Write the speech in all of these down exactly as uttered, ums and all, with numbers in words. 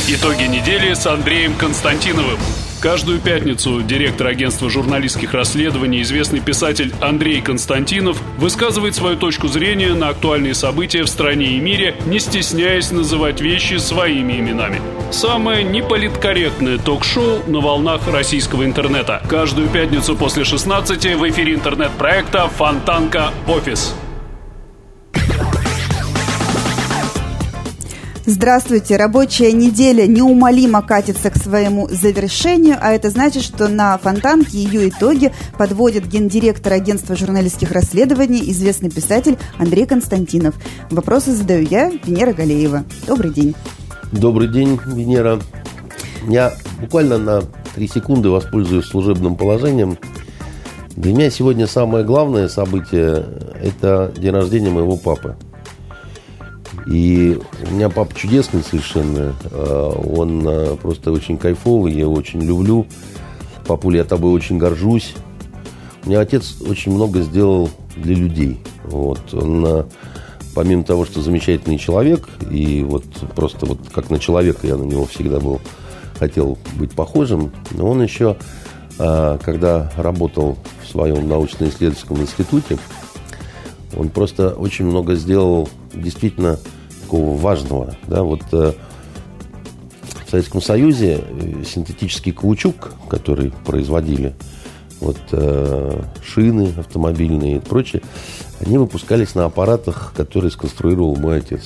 Итоги недели с Андреем Константиновым. Каждую пятницу директор агентства журналистских расследований, известный писатель Андрей Константинов, высказывает свою точку зрения на актуальные события в стране и мире, не стесняясь называть вещи своими именами. Самое неполиткорректное ток-шоу на волнах российского интернета. Каждую пятницу после шестнадцати в эфире интернет-проекта «Фонтанка Офис». Здравствуйте. Рабочая неделя неумолимо катится к своему завершению, а это значит, что на Фонтанке ее итоги подводит гендиректор агентства журналистских расследований, известный писатель Андрей Константинов. Вопросы задаю я, Венера Галеева. Добрый день. Добрый день, Венера. Я буквально на три секунды воспользуюсь служебным положением. Для меня сегодня самое главное событие – это день рождения моего папы. И у меня папа чудесный совершенно. Он просто очень кайфовый, я его очень люблю. Папуля, я тобой очень горжусь. У меня отец очень много сделал для людей. Вот. Он, помимо того, что замечательный человек, и вот просто вот как на человека я на него всегда был, хотел быть похожим, но он еще, когда работал в своем научно-исследовательском институте, он просто очень много сделал действительно такого важного. Да? Вот, э, в Советском Союзе синтетический каучук, который производили, вот, э, шины автомобильные и прочее, они выпускались на аппаратах, которые сконструировал мой отец.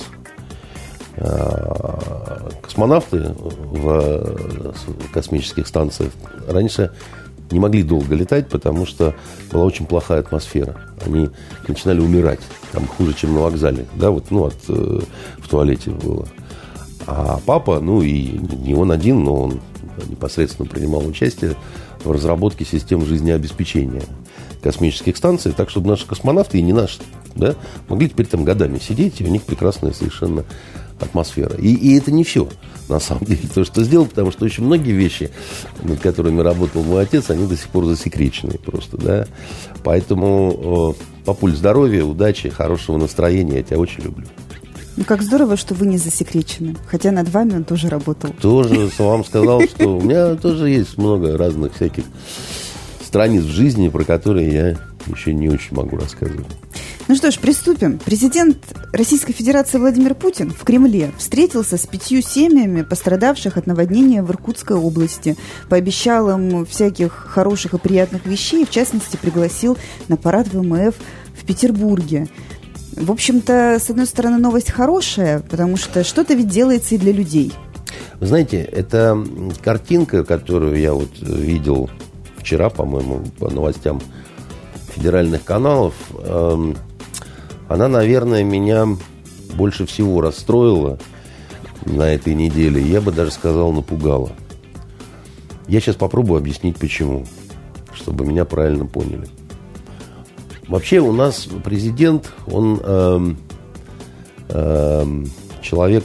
Э, космонавты в космических станциях раньше не могли долго летать, потому что была очень плохая атмосфера. Они начинали умирать. Там хуже, чем на вокзале. Да, вот, ну, от, э, в туалете было. А папа, ну, и не он один, но он непосредственно принимал участие в разработке систем жизнеобеспечения космических станций, так, чтобы наши космонавты, и не наши, да, могли теперь там годами сидеть, и у них прекрасная совершенно атмосфера. И, и это не все, на самом деле, то, что сделал, потому что очень многие вещи, над которыми работал мой отец, они до сих пор засекречены просто, да. Поэтому, э, папуль, здоровья, удачи, хорошего настроения, я тебя очень люблю. Ну, как здорово, что вы не засекречены. Хотя над вами он тоже работал. Тоже вам сказал, что у меня тоже есть много разных всяких страниц в жизни, про которые я еще не очень могу рассказывать. Ну что ж, приступим. Президент Российской Федерации Владимир Путин в Кремле встретился с пятью семьями пострадавших от наводнения в Иркутской области. Пообещал им всяких хороших и приятных вещей, в частности, пригласил на парад ВМФ в Петербурге. В общем-то, с одной стороны, новость хорошая, потому что что-то ведь делается и для людей. Вы знаете, это картинка, которую я вот видел вчера, по-моему, по новостям федеральных каналов, э, она, наверное, меня больше всего расстроила на этой неделе. Я бы даже сказал, напугала. Я сейчас попробую объяснить, почему, чтобы меня правильно поняли. Вообще у нас президент, он э, э, человек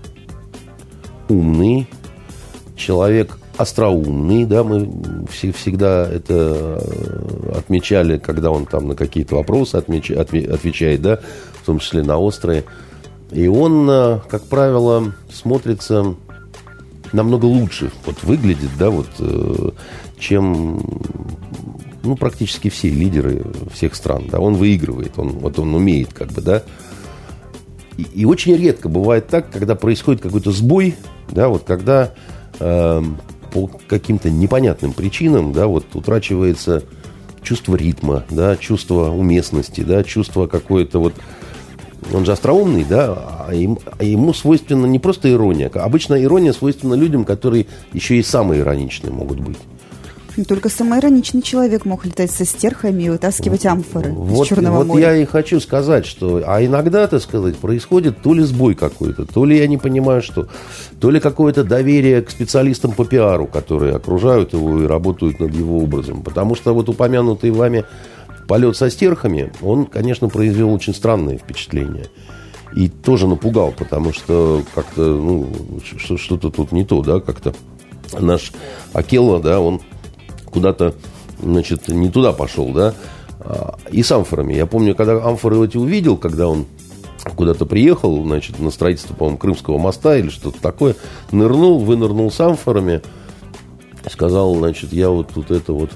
умный, человек остроумный, да, мы все, всегда это отмечали, когда он там на какие-то вопросы отмеч, отме, отвечает, да, в том числе на острые. И он, как правило, смотрится намного лучше, вот выглядит, да, вот, чем, ну, практически все лидеры всех стран, да, он выигрывает, он, вот он умеет, как бы, да. И, и очень редко бывает так, когда происходит какой-то сбой, да, вот когда э, по каким-то непонятным причинам, да, вот утрачивается чувство ритма, да, чувство уместности, да, чувство какое-то вот... Он же остроумный, да, а ему, а ему свойственна не просто ирония. Обычно ирония свойственна людям, которые еще и самые ироничные могут быть. Только самоироничный человек мог летать со стерхами и вытаскивать амфоры вот, из Черного вот моря. Я и хочу сказать, что... А иногда, так сказать, происходит то ли сбой какой-то, то ли я не понимаю, что... То ли какое-то доверие к специалистам по пиару, которые окружают его и работают над его образом. Потому что вот упомянутый вами полет со стерхами, он, конечно, произвел очень странное впечатление. И тоже напугал, потому что как-то, ну, что-то тут не то, да, как-то наш Акелло, да, он... куда-то, значит, не туда пошел, да, и с амфорами. Я помню, когда амфоры эти увидел, когда он куда-то приехал, значит, на строительство, по-моему, Крымского моста или что-то такое, нырнул, вынырнул с амфорами, сказал, значит, я вот тут это вот...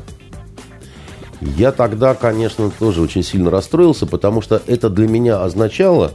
Я тогда, конечно, тоже очень сильно расстроился, потому что это для меня означало,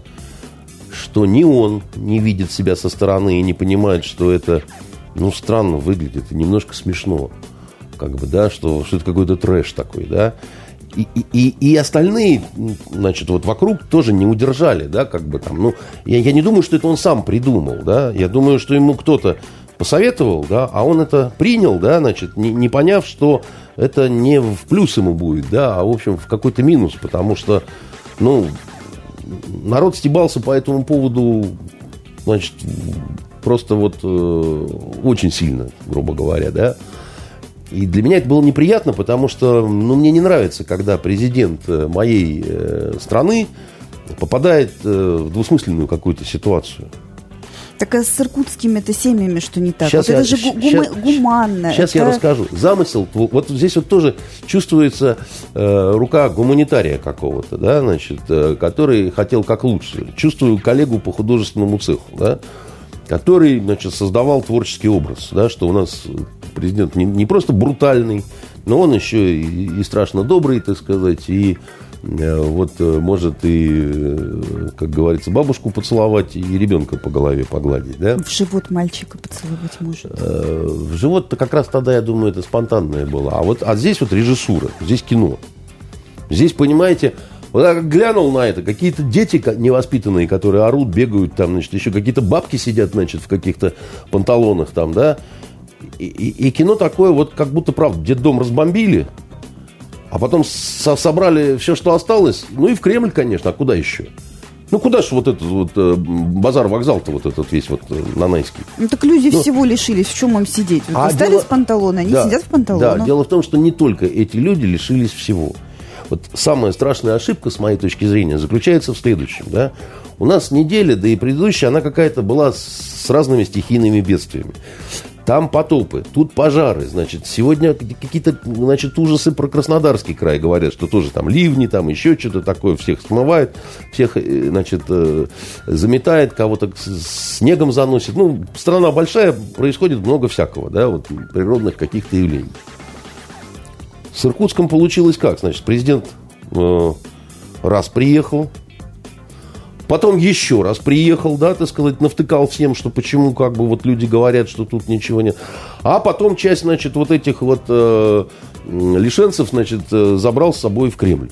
что ни он не видит себя со стороны и не понимает, что это, ну, странно выглядит и немножко смешно, как бы, да, что, что это какой-то трэш такой, да. И, и, и остальные, значит, вот вокруг тоже не удержали, да, как бы там, ну, я, я не думаю, что это он сам придумал, да, я думаю, что ему кто-то посоветовал, да, а он это принял, да, значит, не, не поняв, что это не в плюс ему будет, да, а, в общем, в какой-то минус, потому что, ну, народ стебался по этому поводу, значит, просто вот э, очень сильно, грубо говоря, да. И для меня это было неприятно, потому что, ну, мне не нравится, когда президент моей э, страны попадает э, в двусмысленную какую-то ситуацию. Так а с иркутскими-то семьями что не так? Сейчас вот я, это же щ- гума- щас, гуманно. Сейчас это... я расскажу. Замысел, вот здесь вот тоже чувствуется э, рука гуманитария какого-то, да, значит, э, который хотел как лучше. Чувствую коллегу по художественному цеху, да, который, значит, создавал творческий образ, да, что у нас президент не, не просто брутальный, но он еще и, и страшно добрый, так сказать, и э, вот э, может и, э, как говорится, бабушку поцеловать и ребенка по голове погладить, да? В живот мальчика поцеловать может. Э, в живот-то как раз тогда, я думаю, это спонтанное было. А вот а здесь вот режиссура, здесь кино. Здесь, понимаете, вот я глянул на это, какие-то дети невоспитанные, которые орут, бегают там, значит, еще какие-то бабки сидят, значит, в каких-то панталонах там, да. И, и, и кино такое, вот как будто, правда, детдом разбомбили, а потом со- собрали все, что осталось, ну и в Кремль, конечно, а куда еще? Ну, куда же вот этот вот э, базар-вокзал-то вот этот весь вот э, Нанайский? Ну, так люди ну, всего лишились, в чем им сидеть? Вот а остались дело... в панталоны, они да, сидят в панталонах. Да, дело в том, что не только эти люди лишились всего. Вот самая страшная ошибка, с моей точки зрения, заключается в следующем. Да? У нас неделя, да и предыдущая, она какая-то была с разными стихийными бедствиями. Там потопы, тут пожары, значит, сегодня какие-то, значит, ужасы про Краснодарский край говорят, что тоже там ливни, там еще что-то такое, всех смывает, всех, значит, заметает, кого-то снегом заносит. Ну, страна большая, происходит много всякого, да, вот природных каких-то явлений. С Иркутском получилось как? Значит, президент э, раз приехал, потом еще раз приехал, да, так сказать, навтыкал всем, что почему, как бы, вот люди говорят, что тут ничего нет. А потом часть, значит, вот этих вот э, лишенцев, значит, э, забрал с собой в Кремль.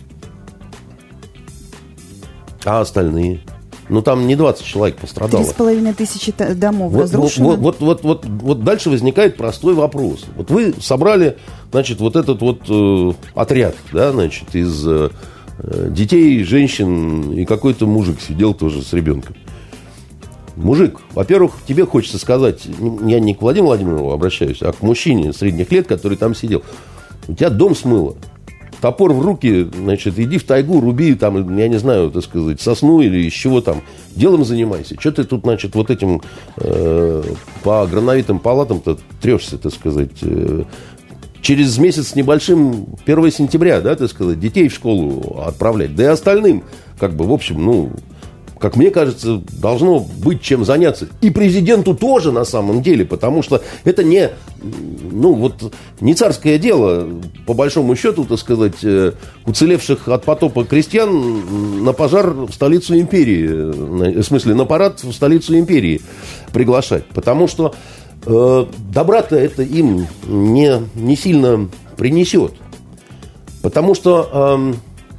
А остальные? Ну, там не двадцать человек пострадало. Три с половиной тысячи домов вот, разрушено. Вот, вот, вот, вот, вот дальше возникает простой вопрос. Вот вы собрали, значит, вот этот вот э, отряд, да, значит, из э, детей, женщин, и какой-то мужик сидел тоже с ребенком. Мужик, во-первых, тебе хочется сказать, я не к Владимиру Владимирову обращаюсь, а к мужчине средних лет, который там сидел. У тебя дом смыло. Топор в руки, значит, иди в тайгу, руби там, я не знаю, так сказать, сосну или из чего там. Делом занимайся. Что ты тут, значит, вот этим э, по грановитым палатам-то трешься, так сказать. Э, через месяц с небольшим, первого сентября, да, так сказать, детей в школу отправлять. Да и остальным, как бы, в общем, ну, как мне кажется, должно быть чем заняться. И президенту тоже, на самом деле, потому что это не, ну, вот, не царское дело, по большому счету, так сказать, уцелевших от потопа крестьян на пожар в столицу империи, в смысле, на парад в столицу империи приглашать. Потому что э, добра-то это им не, не сильно принесет. Потому что... Э,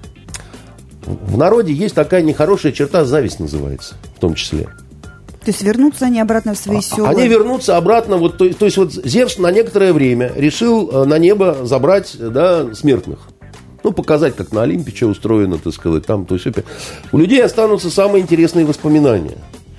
в народе есть такая нехорошая черта, зависть называется, в том числе. То есть вернутся они обратно в свои села? Они вернутся обратно, вот, то, то есть вот Зевс на некоторое время решил на небо забрать, да, смертных. Ну, показать, как на Олимпе, что устроено, так сказать, там, то есть у людей останутся самые интересные воспоминания.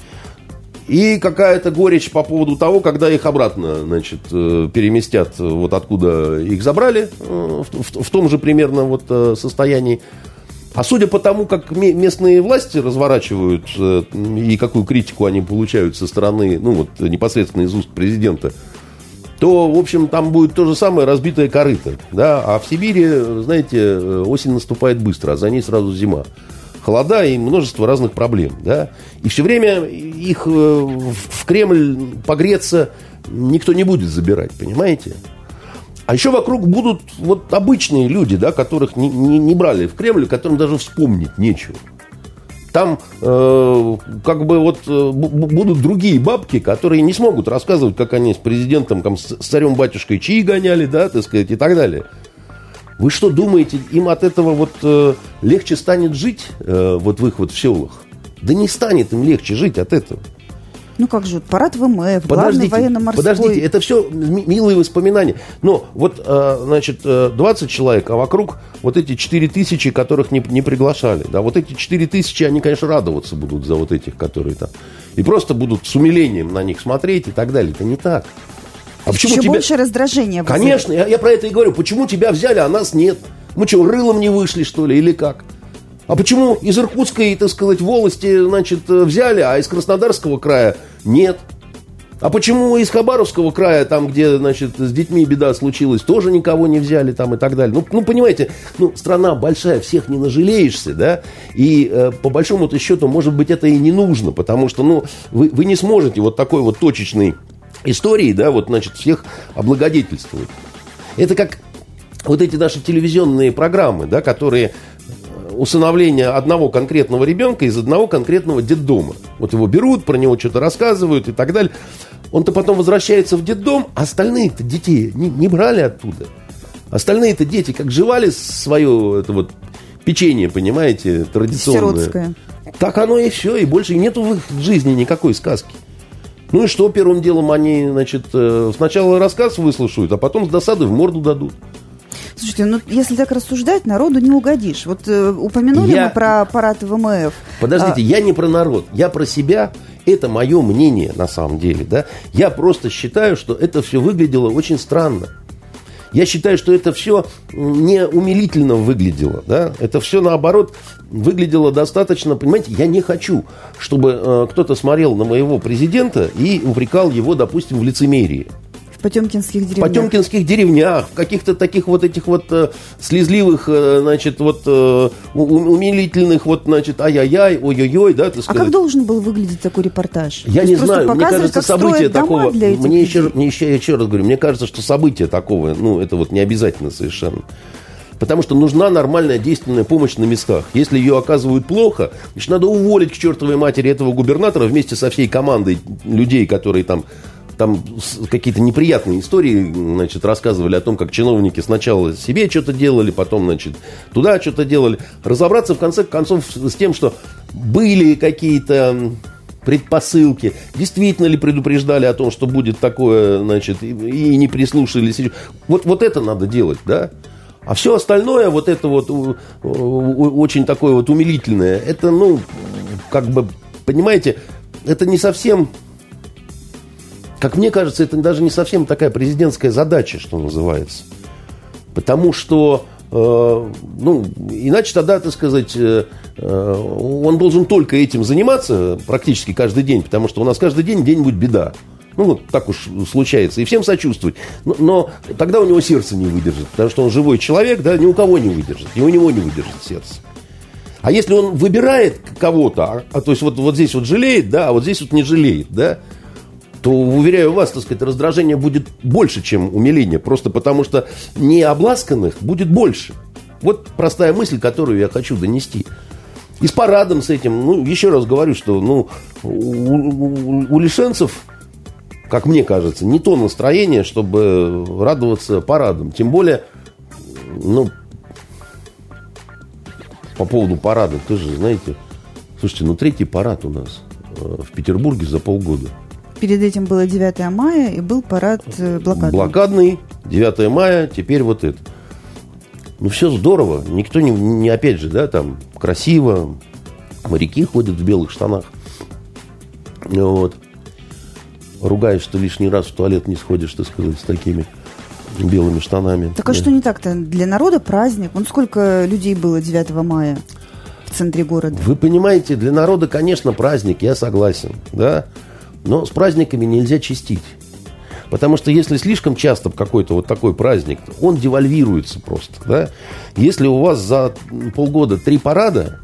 И какая-то горечь по поводу того, когда их обратно, значит, переместят, вот откуда их забрали, в, в, в том же примерно вот состоянии. А судя по тому, как местные власти разворачивают и какую критику они получают со стороны, ну вот непосредственно из уст президента, то, в общем, там будет то же самое разбитое корыто. Да? А в Сибири, знаете, осень наступает быстро, а за ней сразу зима. холода и множество разных проблем, да. И все время их в Кремль погреться никто не будет забирать, понимаете? А еще вокруг будут вот обычные люди, да, которых не, не, не брали в Кремль, которым даже вспомнить нечего. Там э, как бы вот э, будут другие бабки, которые не смогут рассказывать, как они с президентом, там, с царем-батюшкой чаи гоняли, да, так сказать, и так далее. Вы что думаете, им от этого вот э, легче станет жить э, вот в их вот в селах? Да не станет им легче жить от этого. Ну как же, парад ВМФ, главный военно-морской... Подождите, это все милые воспоминания. Но вот, значит, двадцать человек, а вокруг вот эти четыре тысячи, которых не, не приглашали. Да, вот эти четыре тысячи, они, конечно, радоваться будут за вот этих, которые там. И просто будут с умилением на них смотреть и так далее. Это не так. А почему Еще тебя... больше раздражения. Конечно, я, я про это и говорю. Почему тебя взяли, а нас нет? Мы что, рылом не вышли, что ли, или как? А почему из Иркутской, так сказать, волости, значит, взяли, а из Краснодарского края нет? А почему из Хабаровского края, там, где, значит, с детьми беда случилась, тоже никого не взяли там и так далее? Ну, ну понимаете, ну, страна большая, всех не нажалеешься, да? И э, по большому-то счету, может быть, это и не нужно, потому что, ну, вы, вы не сможете вот такой вот точечной истории, да, вот, значит, всех облагодетельствовать. Это как вот эти наши телевизионные программы, да, которые... усыновление одного конкретного ребенка из одного конкретного детдома. Вот его берут, про него что-то рассказывают и так далее. Он-то потом возвращается в детдом, а остальные-то детей не, не брали оттуда. Остальные-то дети как жевали свое это вот печенье, понимаете, традиционное. Сиротское. Так оно и все, и больше нету в их жизни никакой сказки. Ну и что, первым делом они, значит, сначала рассказ выслушают, а потом с досады в морду дадут. Слушайте, ну если так рассуждать, народу не угодишь. Вот э, упомянули я... мы про парад ВМФ. Подождите, а... я не про народ, я про себя. Это мое мнение на самом деле, да. Я просто считаю, что это все выглядело очень странно. Я считаю, что это все не умилительно выглядело, да. Это все наоборот выглядело достаточно, понимаете. Я не хочу, чтобы э, кто-то смотрел на моего президента и упрекал его, допустим, в лицемерии. В потемкинских деревнях. В потемкинских деревнях, в каких-то таких вот этих вот э, слезливых, э, значит, вот э, умилительных, вот, значит, ай-яй-яй, ой-ой-ой, да, так сказать. А как должен был выглядеть такой репортаж? Я не знаю, мне кажется, события такого, мне еще, людей. мне еще, я еще раз говорю, мне кажется, что события такого, ну, это вот не обязательно совершенно. Потому что нужна нормальная действенная помощь на местах. Если ее оказывают плохо, значит, надо уволить к чертовой матери этого губернатора вместе со всей командой людей, которые там... Там какие-то неприятные истории, значит, рассказывали о том, как чиновники сначала себе что-то делали, потом, значит, туда что-то делали. Разобраться, в конце концов, с тем, что были какие-то предпосылки, действительно ли предупреждали о том, что будет такое, значит, и не прислушались. Вот, вот это надо делать, да? А все остальное, вот это вот очень такое вот умилительное, это, ну, как бы, понимаете, это не совсем... Как мне кажется, это даже не совсем такая президентская задача, что называется. Потому что, э, ну, иначе тогда, так сказать, э, он должен только этим заниматься практически каждый день, потому что у нас каждый день где-нибудь беда. Ну, вот так уж случается. И всем сочувствовать. Но, но тогда у него сердце не выдержит, потому что он живой человек, да, ни у кого не выдержит, ни у него не выдержит сердце. А если он выбирает кого-то, а, а то есть вот, вот здесь вот жалеет, да, а вот здесь вот не жалеет, да, то, уверяю вас, так сказать, раздражение будет больше, чем умиление. Просто потому что необласканных будет больше. Вот простая мысль, которую я хочу донести. И с парадом с этим, ну, еще раз говорю, что, ну, у, у, у лишенцев, как мне кажется, не то настроение, чтобы радоваться парадам. Тем более, ну, по поводу парада, тоже, знаете, слушайте, ну, третий парад у нас в Петербурге за полгода. Перед этим было девятое мая и был парад блокадный. Блокадный, девятое мая, теперь вот это. Ну, все здорово. Никто не, не, опять же, да, там, красиво. Моряки ходят в белых штанах. Вот. Ругаюсь, что лишний раз в туалет не сходишь, так сказать, с такими белыми штанами. Так а что не так-то? Для народа праздник. Вон сколько людей было девятого мая в центре города. Вы понимаете, для народа, конечно, праздник, я согласен, да. Но с праздниками нельзя чистить. Потому что если слишком часто какой-то вот такой праздник, он девальвируется просто. Да? Если у вас за полгода три парада,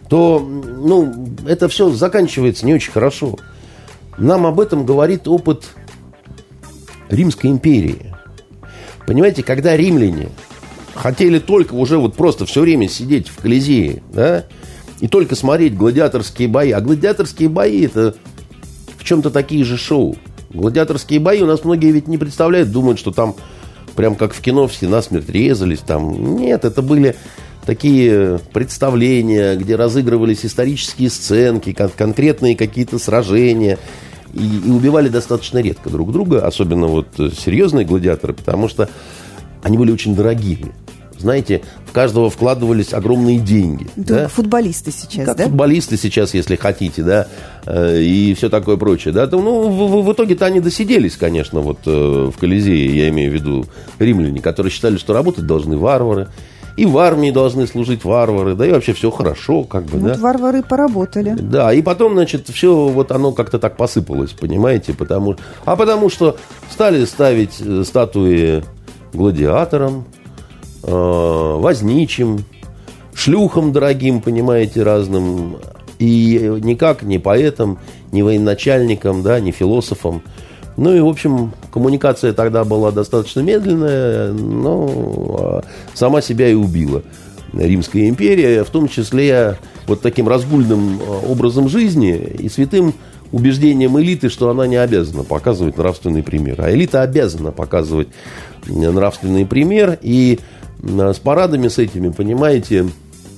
то ну, это все заканчивается не очень хорошо. Нам об этом говорит опыт Римской империи. Понимаете, когда римляне хотели только уже вот просто все время сидеть в Колизее, да, и только смотреть гладиаторские бои. А гладиаторские бои – это в чем-то такие же шоу. Гладиаторские бои у нас многие ведь не представляют, думают, что там прям как в кино все насмерть резались. Там. Нет, это были такие представления, где разыгрывались исторические сценки, кон- конкретные какие-то сражения. И, и убивали достаточно редко друг друга, особенно вот серьезные гладиаторы, потому что они были очень дорогими. Знаете, в каждого вкладывались огромные деньги. Да? Футболисты сейчас, как да? Футболисты сейчас, если хотите, да, и все такое прочее. Да? Ну, в, в итоге-то они досиделись, конечно, вот в Колизее, я имею в виду римляне, которые считали, что работать должны варвары, и в армии должны служить варвары, да, и вообще все хорошо, как бы, вот да. Варвары поработали. Да, и потом, значит, все вот оно как-то так посыпалось, понимаете, потому, а потому что стали ставить статуи гладиаторам, возничим, шлюхам дорогим, понимаете, разным, и никак не поэтам, не военачальникам, да, не философам. Ну и, в общем, коммуникация тогда была достаточно медленная, но сама себя и убила Римская империя, в том числе вот таким разгульным образом жизни и святым убеждением элиты, что она не обязана показывать нравственный пример. А элита обязана показывать нравственный пример, и с парадами с этими, понимаете.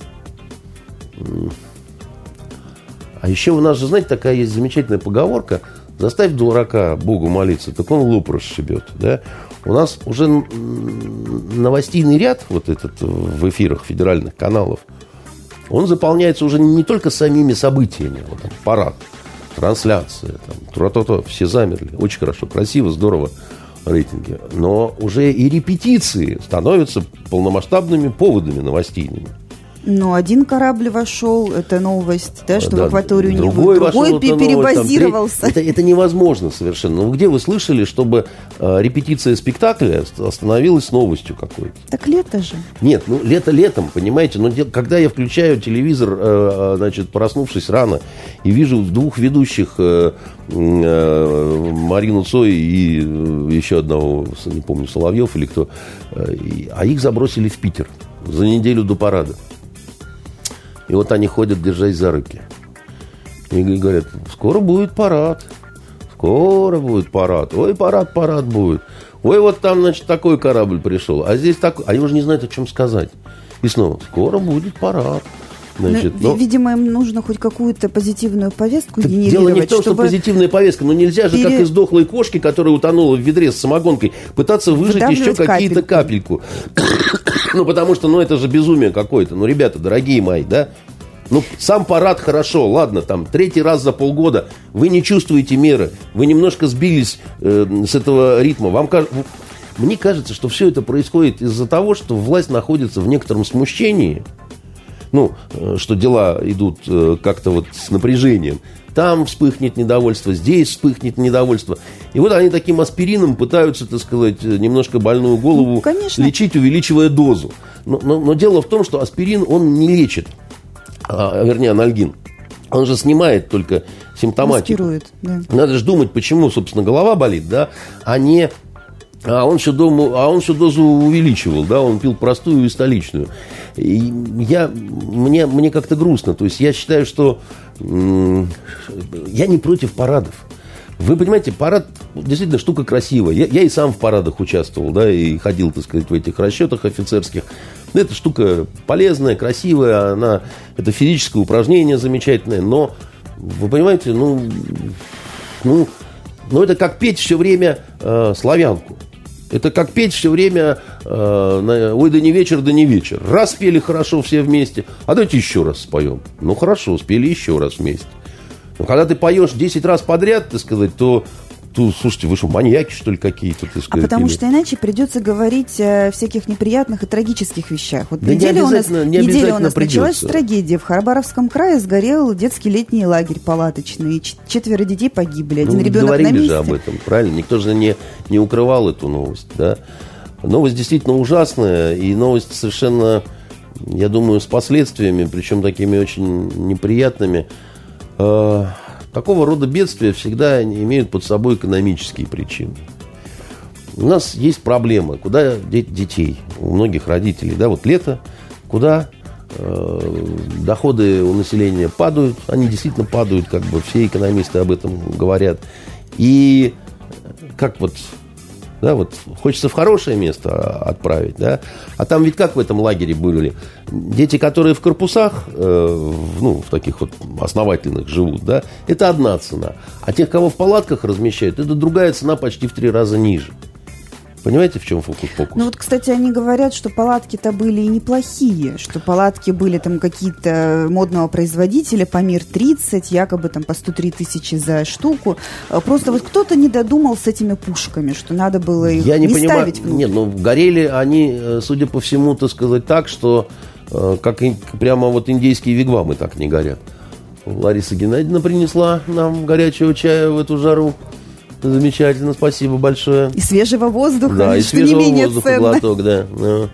А еще у нас же, знаете, такая есть замечательная поговорка: заставь дурака Богу молиться, так он лоб расшибет, да? У нас уже новостейный ряд вот этот в эфирах федеральных каналов, он заполняется уже не только самими событиями, вот там, парад, трансляция, там, тра-та-та, все замерли, очень хорошо, красиво, здорово, рейтинги, но уже и репетиции становятся полномасштабными поводами новостейными. Ну, один корабль вошел, это новость, да, что да, в акваторию не другой, другой вошел, перебазировался. Там, это, это невозможно совершенно. Ну, где вы слышали, чтобы э, репетиция спектакля становилась новостью какой-то? Так лето же. Нет, ну, лето летом, понимаете. Но когда я включаю телевизор, э, значит, проснувшись рано, и вижу двух ведущих, э, э, Марину Цой и э, еще одного, не помню, Соловьев или кто, э, и, а их забросили в Питер за неделю до парада. И вот они ходят, держась за руки. И говорят: скоро будет парад. Скоро будет парад. Ой, парад, парад будет. Ой, вот там, значит, такой корабль пришел. А здесь такой. Они уже не знают, о чем сказать. И снова: скоро будет парад. Значит, но, но... Видимо, им нужно хоть какую-то позитивную повестку так генерировать. Дело не в том, что позитивная повестка, но нельзя же, пере... как из дохлой кошки, которая утонула в ведре с самогонкой, пытаться выжать еще какие-то капельку. Ну, потому что, ну, это же безумие какое-то. Ну, ребята, дорогие мои, да? Ну, сам парад хорошо, ладно, там, третий раз за полгода вы не чувствуете меры, вы немножко сбились э, с этого ритма. Вам кажется... Мне кажется, что все это происходит из-за того, что власть находится в некотором смущении. Ну, что дела идут как-то вот с напряжением. Там вспыхнет недовольство, здесь вспыхнет недовольство. И вот они таким аспирином пытаются, так сказать, немножко больную голову ну, лечить, увеличивая дозу. Но, но, но дело в том, что аспирин, он не лечит, а, вернее, анальгин. Он же снимает только симптоматику. Маскирует, да. Надо же думать, почему, собственно, голова болит, да, а не... А он, всю дому, а он всю дозу увеличивал, да, он пил простую и столичную. И я, мне, мне как-то грустно. То есть я считаю, что м- я не против парадов. Вы понимаете, парад действительно штука красивая. Я, я и сам в парадах участвовал, да, и ходил, так сказать, в этих расчетах офицерских. Это штука полезная, красивая, она, это физическое упражнение замечательное. Но, вы понимаете, ну, ну, ну это как петь все время э, славянку. Это как петь все время э, «Ой, да не вечер, да не вечер». Раз спели хорошо все вместе, а давайте еще раз споем. Ну, хорошо, спели еще раз вместе. Но когда ты поешь десять раз подряд, так сказать, то, то слушайте, вы что, маньяки, что ли, какие-то? Так сказать, а потому или... что иначе придется говорить о всяких неприятных и трагических вещах. Вот да неделя у нас, не неделя у нас придется. Началась трагедия. В Хабаровском крае сгорел детский летний лагерь палаточный. Четверо детей погибли. Один ну, ребенок говорили на месте. же об этом, правильно? Никто же не, не укрывал эту новость, да? Новость действительно ужасная, и новость совершенно я думаю, с последствиями, причем такими очень неприятными. Такого рода бедствия всегда имеют под собой экономические причины. У нас есть проблема, куда деть детей, у многих родителей. Да, вот лето, куда э, доходы у населения падают, они действительно падают, как бы все экономисты об этом говорят. И как вот, да, вот хочется в хорошее место отправить, да, а там ведь как в этом лагере были? Дети, которые в корпусах, э, ну, в таких вот основательных живут, да, это одна цена. А тех, кого в палатках размещают, это другая цена почти в три раза ниже. Понимаете, в чем фокус-покус? Ну вот, кстати, они говорят, что палатки-то были и неплохие, что палатки были там какие-то модного производителя, Памир тридцать, якобы там по сто три тысячи за штуку. Просто вот кто-то не додумал с этими пушками, что надо было их Я не, не понимаю, ставить внутрь. Нет, ну горели они, судя по всему, так сказать, так, что как прямо вот индейские вигвамы так не горят. Лариса Геннадьевна принесла нам горячего чая в эту жару. Замечательно, спасибо большое. И свежего воздуха, да, и что свежего не менее воздуха ценно. глоток, да. да.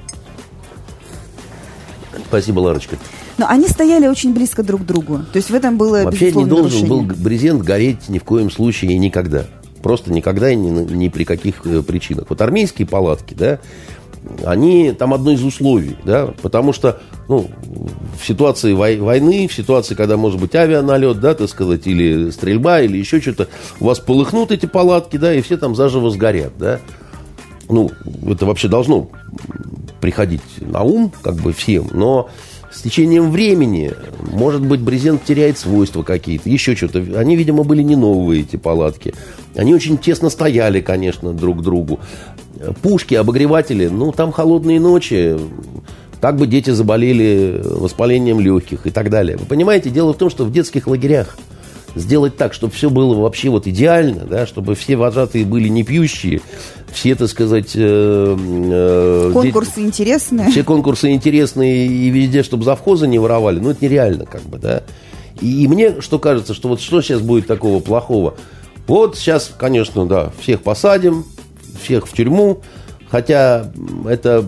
Спасибо, Ларочка. Но они стояли очень близко друг к другу. То есть в этом было, вообще безусловно, не должен нарушение. был брезент гореть ни в коем случае и никогда. Просто никогда и ни, ни при каких причинах. Вот армейские палатки, да, они там одно из условий, да, потому что, ну, в ситуации вой- войны, в ситуации, когда может быть авианалет, да, так сказать, или стрельба, или еще что-то, у вас полыхнут эти палатки, да, и все там заживо сгорят, да. Ну, это вообще должно приходить на ум, как бы всем, но с течением времени, может быть, брезент теряет свойства какие-то, еще что-то. Они, видимо, были не новые, эти палатки. Они очень тесно стояли, конечно, друг к другу. Пушки, обогреватели, ну, там холодные ночи, так бы дети заболели воспалением легких и так далее. Вы понимаете, дело в том, что в детских лагерях сделать так, чтобы все было вообще вот идеально, да, чтобы все вожатые были не пьющие, все, так сказать... Э, э, конкурсы дети, интересные. Все конкурсы интересные и везде, чтобы завхозы не воровали, ну, это нереально, как бы, да. И, и мне что кажется, что вот что сейчас будет такого плохого? Вот сейчас, конечно, да, всех посадим, всех в тюрьму, хотя это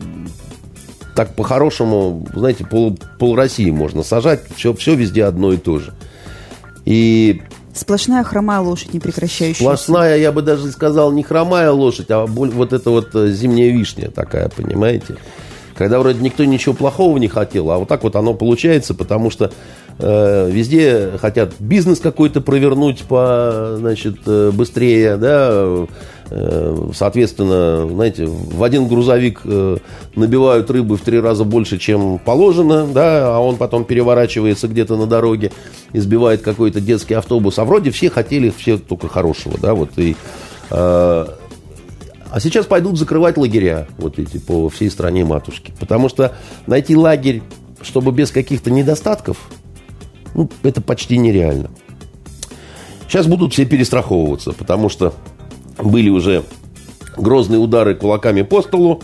так по-хорошему, знаете, пол, пол России можно сажать, все, все везде одно и то же. И сплошная хромая лошадь, не прекращающаяся. Сплошная, я бы даже сказал, не хромая лошадь, а вот эта вот зимняя вишня такая, понимаете? Когда вроде никто ничего плохого не хотел, а вот так вот оно получается, потому что э, везде хотят бизнес какой-то провернуть по, значит, быстрее, да, э, соответственно, знаете, в один грузовик э, набивают рыбы в три раза больше, чем положено, да, а он потом переворачивается где-то на дороге и сбивает какой-то детский автобус, а вроде все хотели все только хорошего, да, вот и... Э, А сейчас пойдут закрывать лагеря вот эти по всей стране матушки. Потому что найти лагерь, чтобы без каких-то недостатков, ну, это почти нереально. Сейчас будут все перестраховываться, потому что были уже грозные удары кулаками по столу.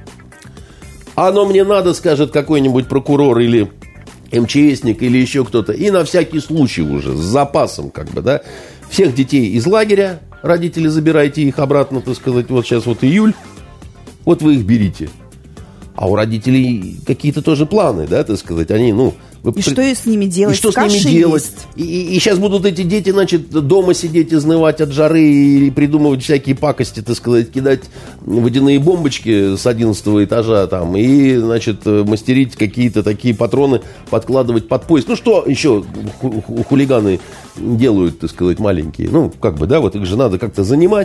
Оно мне надо, скажет какой-нибудь прокурор или МЧСник или еще кто-то. И на всякий случай уже, с запасом, как бы, да, всех детей из лагеря. Родители, забирайте их обратно, так сказать, вот сейчас вот июль, вот вы их берите. А у родителей какие-то тоже планы, да, так сказать, они, ну... Вы и при... что с ними делать? И что с ними делать? И, и, и сейчас будут эти дети, значит, дома сидеть, изнывать от жары и придумывать всякие пакости, так сказать, кидать водяные бомбочки с одиннадцатого этажа там и, значит, мастерить какие-то такие патроны, подкладывать под пояс. Ну, что еще ху- хулиганы делают, так сказать, маленькие? Ну, как бы, да, вот их же надо как-то занимать.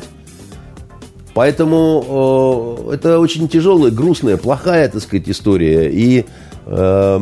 Поэтому э, это очень тяжелая, грустная, плохая, так сказать, история. И... Э,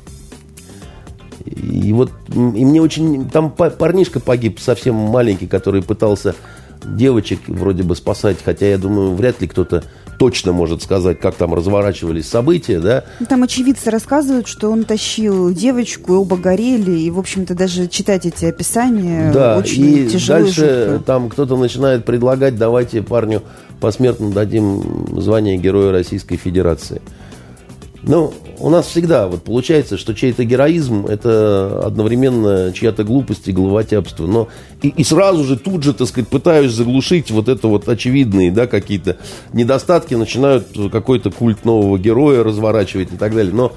И вот и мне очень... Там парнишка погиб совсем маленький, который пытался девочек вроде бы спасать. Хотя, я думаю, вряд ли кто-то точно может сказать, как там разворачивались события, да? Там очевидцы рассказывают, что он тащил девочку, и оба горели. И, в общем-то, даже читать эти описания да, очень и тяжело. дальше и жутко. там кто-то начинает предлагать, давайте парню посмертно дадим звание Героя Российской Федерации. Ну, у нас всегда вот получается, что чей-то героизм – это одновременно чья-то глупость и головотяпство. Но и, и сразу же, тут же, так сказать, пытаюсь заглушить вот это вот очевидные, да, какие-то недостатки, начинают какой-то культ нового героя разворачивать и так далее. Но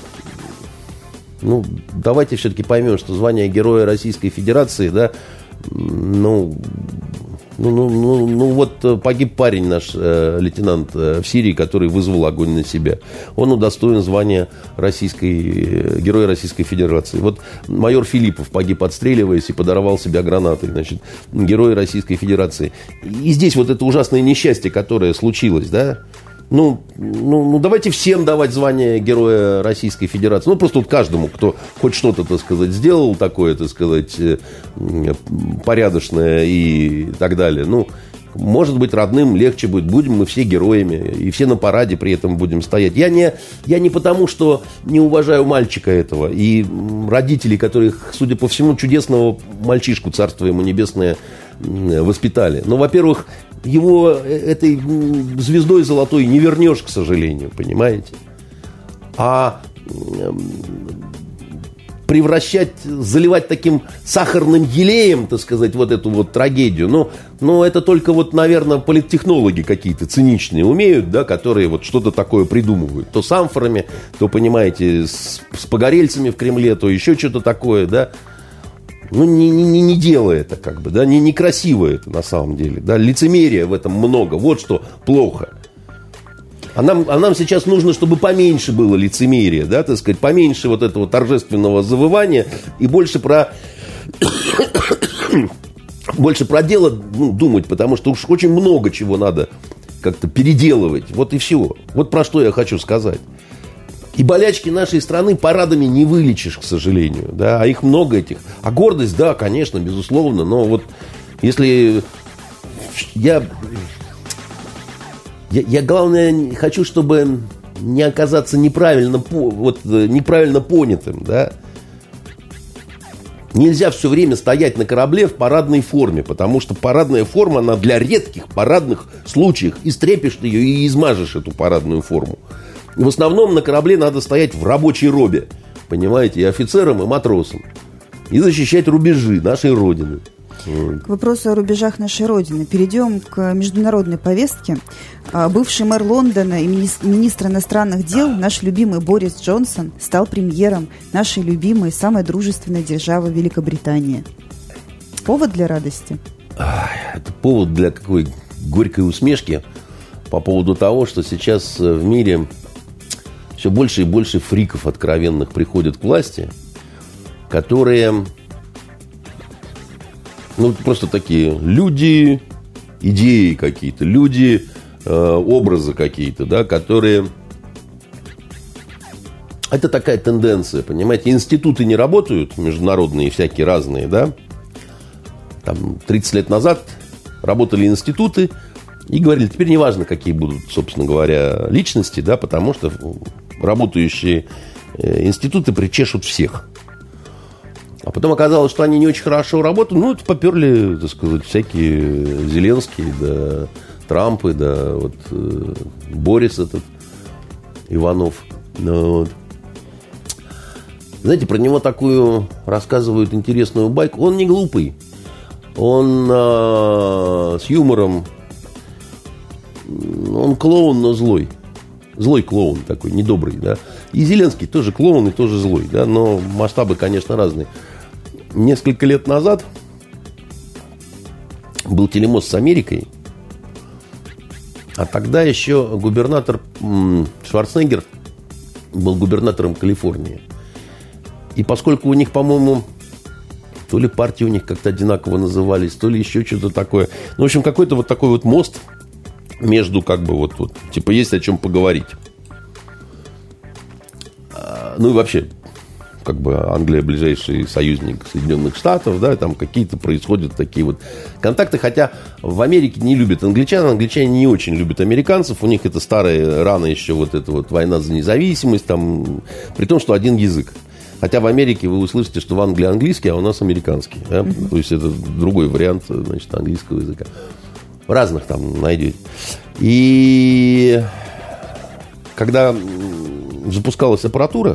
ну, давайте все-таки поймем, что звание Героя Российской Федерации, да, ну... Ну, ну, ну, ну вот погиб парень наш, э, лейтенант э, в Сирии, который вызвал огонь на себя. Он удостоен звания российской, э, Героя Российской Федерации. Вот майор Филиппов погиб, отстреливаясь, и подорвал себя гранатой. Значит, Герой Российской Федерации. И здесь вот это ужасное несчастье, которое случилось, да, Ну, ну, ну, давайте всем давать звание Героя Российской Федерации. Ну, просто вот каждому, кто хоть что-то, так сказать, сделал такое, так сказать, порядочное и так далее. Ну, может быть, родным легче будет. Будем мы все героями. И все на параде при этом будем стоять. Я не, я не потому, что не уважаю мальчика этого. И родителей, которых, судя по всему, чудесного мальчишку, царство ему небесное, воспитали. Но, во-первых, его этой звездой золотой не вернешь, к сожалению, понимаете? А превращать, заливать таким сахарным елеем, так сказать, вот эту вот трагедию, ну, ну это только вот, наверное, политтехнологи какие-то циничные умеют, да, которые вот что-то такое придумывают. То с амфорами, то, понимаете, с, с погорельцами в Кремле, то еще что-то такое, да. Ну, не, не, не делай это, как бы, да, не, некрасиво это на самом деле, да, лицемерия в этом много, вот что плохо. А нам, а нам сейчас нужно, чтобы поменьше было лицемерия, да, так сказать, поменьше вот этого торжественного завывания и больше про, больше про дело, ну, думать, потому что уж очень много чего надо как-то переделывать, вот и все. Вот про что я хочу сказать. И болячки нашей страны парадами не вылечишь, к сожалению. Да? А их много этих. А гордость, да, конечно, безусловно. Но вот если я, я, я главное, хочу, чтобы не оказаться неправильно, вот, неправильно понятым. Да? Нельзя все время стоять на корабле в парадной форме. Потому что парадная форма, она для редких парадных случаев. Истрепишь ее и измажешь эту парадную форму. В основном на корабле надо стоять в рабочей робе, понимаете, и офицерам, и матросам. И защищать рубежи нашей Родины. К вопросу о рубежах нашей Родины. Перейдем к международной повестке. Бывший мэр Лондона и министр иностранных дел, наш любимый Борис Джонсон, стал премьером нашей любимой, самой дружественной державы Великобритании. Повод для радости? Это повод для какой горькой усмешки по поводу того, что сейчас в мире все больше и больше фриков откровенных приходят к власти, которые, ну, просто такие люди, идеи какие-то, люди, э, образы какие-то, да, которые... Это такая тенденция, понимаете, институты не работают, международные всякие разные, да. Там тридцать лет назад работали институты, и говорили, теперь не важно, какие будут, собственно говоря, личности, да, потому что работающие институты причешут всех. А потом оказалось, что они не очень хорошо работают. Ну, это поперли, так сказать, всякие Зеленские, да, Трампы, да, вот э, Борис этот, Иванов. Ну, вот. Знаете, про него такую рассказывают интересную байку. Он не глупый. Он э, с юмором. Он клоун, но злой. Злой клоун такой, недобрый, да. И Зеленский тоже клоун и тоже злой, да. Но масштабы, конечно, разные. Несколько лет назад был телемост с Америкой. А тогда еще губернатор Шварценеггер был губернатором Калифорнии. И поскольку у них, по-моему, то ли партии у них как-то одинаково назывались, то ли еще что-то такое. Ну, в общем, какой-то вот такой вот мост между, как бы, вот, вот, типа, есть о чем поговорить. Ну, и вообще, как бы, Англия ближайший союзник Соединенных Штатов, да, там какие-то происходят такие вот контакты, хотя в Америке не любят англичан, англичане не очень любят американцев, у них это старая рана еще, вот эта вот война за независимость, там, при том, что один язык. Хотя в Америке вы услышите, что в Англии английский, а у нас американский, да? Mm-hmm. То есть это другой вариант, значит, английского языка. Разных там найдете. И когда запускалась аппаратура,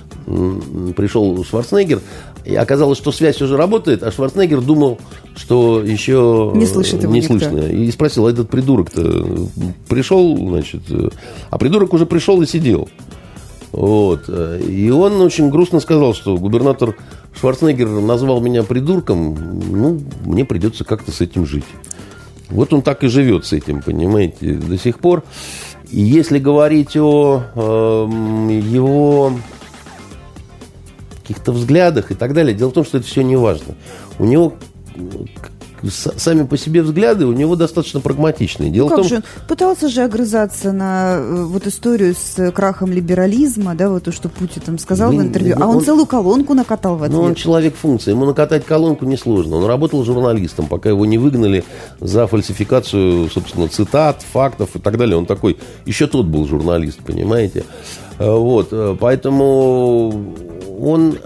пришел Шварценеггер, и оказалось, что связь уже работает, а Шварценеггер думал, что еще не слышит его не никто. слышно. И спросил, а этот придурок-то пришел, значит, а придурок уже пришел и сидел. Вот. И он очень грустно сказал, что губернатор Шварценеггер назвал меня придурком, ну, мне придется как-то с этим жить. Вот он так и живет с этим, понимаете, до сих пор. И если говорить о э, его каких-то взглядах и так далее, дело в том, что это все не важно. У него сами по себе взгляды у него достаточно прагматичные. Дело ну, как в том, же, он пытался же огрызаться на вот историю с крахом либерализма, да, вот то, что Путин там сказал ну, в интервью, а он, он целую колонку накатал в ответ. Ну, он человек функции, ему накатать колонку несложно. Он работал журналистом, пока его не выгнали за фальсификацию, собственно, цитат, фактов и так далее. Он такой, еще тот был журналист, понимаете. Вот, поэтому он,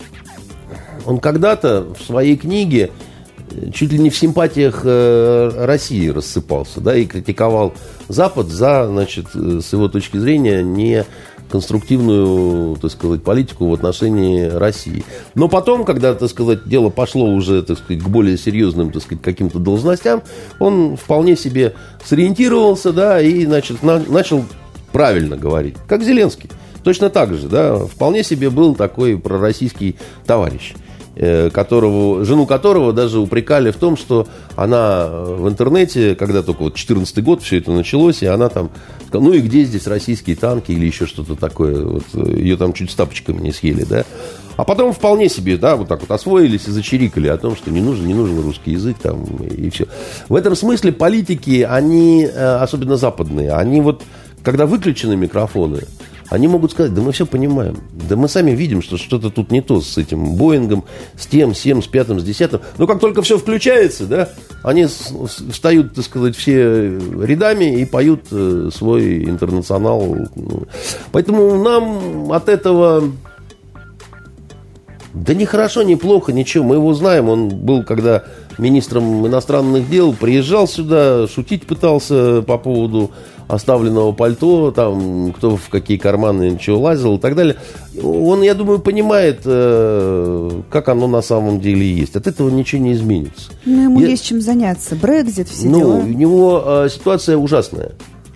он когда-то в своей книге чуть ли не в симпатиях э, России рассыпался, да, и критиковал Запад за, значит, с его точки зрения, не конструктивную, так сказать, политику в отношении России. Но потом, когда, так сказать, дело пошло уже, так сказать, к более серьезным, так сказать, каким-то должностям, он вполне себе сориентировался, да, и, значит, на, начал правильно говорить, как Зеленский. Точно так же, да, вполне себе был такой пророссийский товарищ, которого, жену которого даже упрекали в том, что она в интернете, когда только вот четырнадцатый год все это началось, и она там сказала, ну и где здесь российские танки или еще что-то такое, вот, ее там чуть с тапочками не съели, да. А потом вполне себе, да, вот так вот освоились и зачирикали о том, что не нужен, не нужен русский язык там и все. В этом смысле политики, они, особенно западные, они вот, когда выключены микрофоны, они могут сказать, да мы все понимаем, да мы сами видим, что что-то тут не то с этим Боингом, с тем, с тем, с пятым, с десятым. Но как только все включается, да, они встают, так сказать, все рядами и поют свой интернационал. Поэтому нам от этого... Да ни хорошо, ни плохо, ничего. Мы его знаем. Он был, когда министром иностранных дел, приезжал сюда, шутить пытался по поводу оставленного пальто, там, кто в какие карманы чего лазил и так далее. Он, я думаю, понимает, э, как оно на самом деле есть. От этого ничего не изменится. Ну, ему я... есть чем заняться. Брексит, все ну, дела. У него э, ситуация ужасная.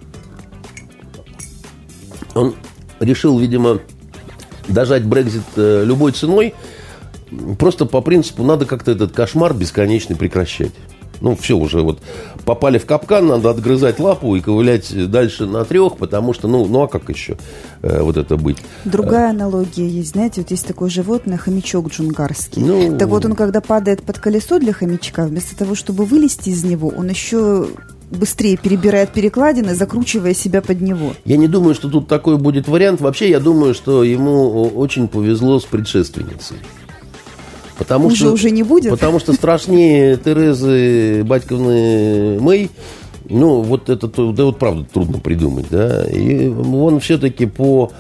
Он решил, видимо, дожать Брексит э, любой ценой. Просто по принципу надо как-то этот кошмар бесконечный прекращать. Ну, все уже вот попали в капкан, надо отгрызать лапу и ковылять дальше на трех, потому что, ну, ну а как еще э, вот это быть? Другая аналогия есть, знаете, вот есть такое животное, хомячок джунгарский. Ну... Так вот он, когда падает под колесо для хомячка, вместо того, чтобы вылезти из него, он еще быстрее перебирает перекладины, закручивая себя под него. Я не думаю, что тут такой будет вариант. Вообще, я думаю, что ему очень повезло с предшественницей. Потому уже что, уже не будет. Потому что страшнее Терезы Батьковны Мэй, ну, вот это, да, вот правда трудно придумать, да. И он все-таки по,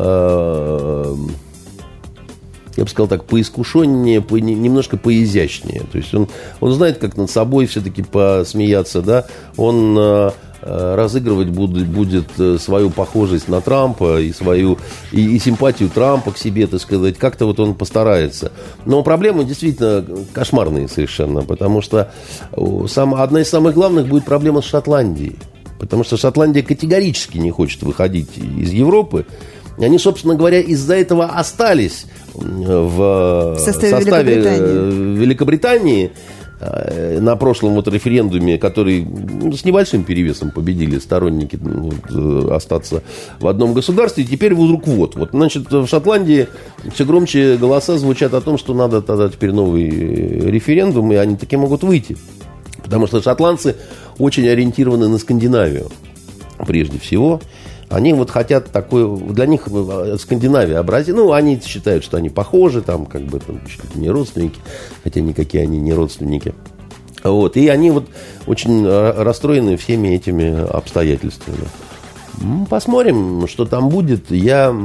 э, я бы сказал так, поискушеннее, по, немножко поизящнее. То есть он, он знает, как над собой все-таки посмеяться, да. Он э, разыгрывать будет, будет свою похожесть на Трампа и свою и, и симпатию Трампа к себе, так сказать, как-то вот он постарается. Но проблемы действительно кошмарные совершенно, потому что сам, одна из самых главных будет проблема с Шотландией, потому что Шотландия категорически не хочет выходить из Европы. Они, собственно говоря, из-за этого остались в, в составе, составе Великобритании. Великобритании на прошлом вот референдуме, который ну, с небольшим перевесом победили сторонники ну, вот, остаться в одном государстве, и теперь вдруг вот, вот. Значит, в Шотландии все громче голоса звучат о том, что надо тогда теперь новый референдум, и они таки могут выйти. Потому что шотландцы очень ориентированы на Скандинавию, прежде всего. Они вот хотят такой, для них Скандинавия образец, ну, они считают, что они похожи, там, как бы, там, чуть ли не родственники, хотя никакие они не родственники. Вот, и они вот очень расстроены всеми этими обстоятельствами. Посмотрим, что там будет. Я,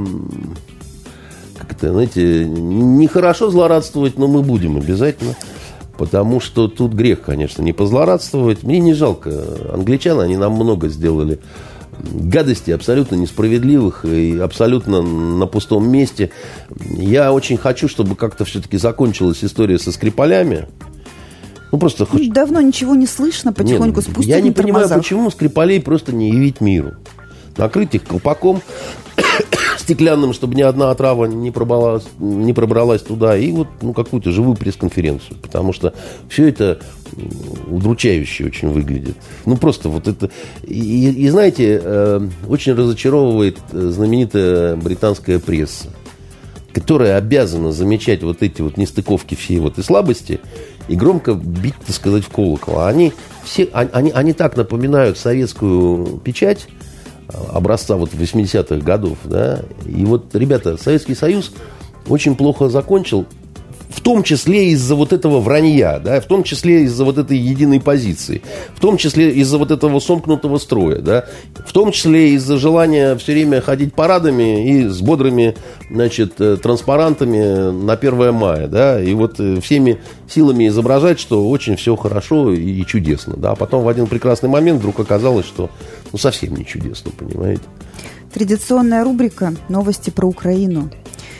как-то, знаете, нехорошо злорадствовать, но мы будем обязательно. Потому что тут грех, конечно, не позлорадствовать. Мне не жалко англичан, они нам много сделали гадостей абсолютно несправедливых и абсолютно на пустом месте. Я очень хочу, чтобы как-то все-таки закончилась история со Скрипалями. Ну, просто хоть... Давно ничего не слышно, потихоньку Нет, спустили Я не тормозах. понимаю, почему Скрипалей просто не явить миру. Накрыть их колпаком стеклянным, чтобы ни одна отрава не пробралась, не пробралась туда, и вот ну, какую-то живую пресс-конференцию. Потому что все это удручающе очень выглядит. Ну, просто вот это... И, и знаете, э, очень разочаровывает знаменитая британская пресса, которая обязана замечать вот эти вот нестыковки всей вот и слабости и громко бить, так сказать, в колокол. Они, все, они, они так напоминают советскую печать образца вот восьмидесятых годов, да, и вот, ребята, Советский Союз очень плохо закончил, в том числе из-за вот этого вранья, да, в том числе из-за вот этой единой позиции, в том числе из-за вот этого сомкнутого строя, да, в том числе из-за желания все время ходить парадами и с бодрыми, значит, транспарантами на первое мая, да, и вот всеми силами изображать, что очень все хорошо и чудесно, да, а потом в один прекрасный момент вдруг оказалось, что ну, совсем не чудесно, понимаете. Традиционная рубрика «Новости про Украину».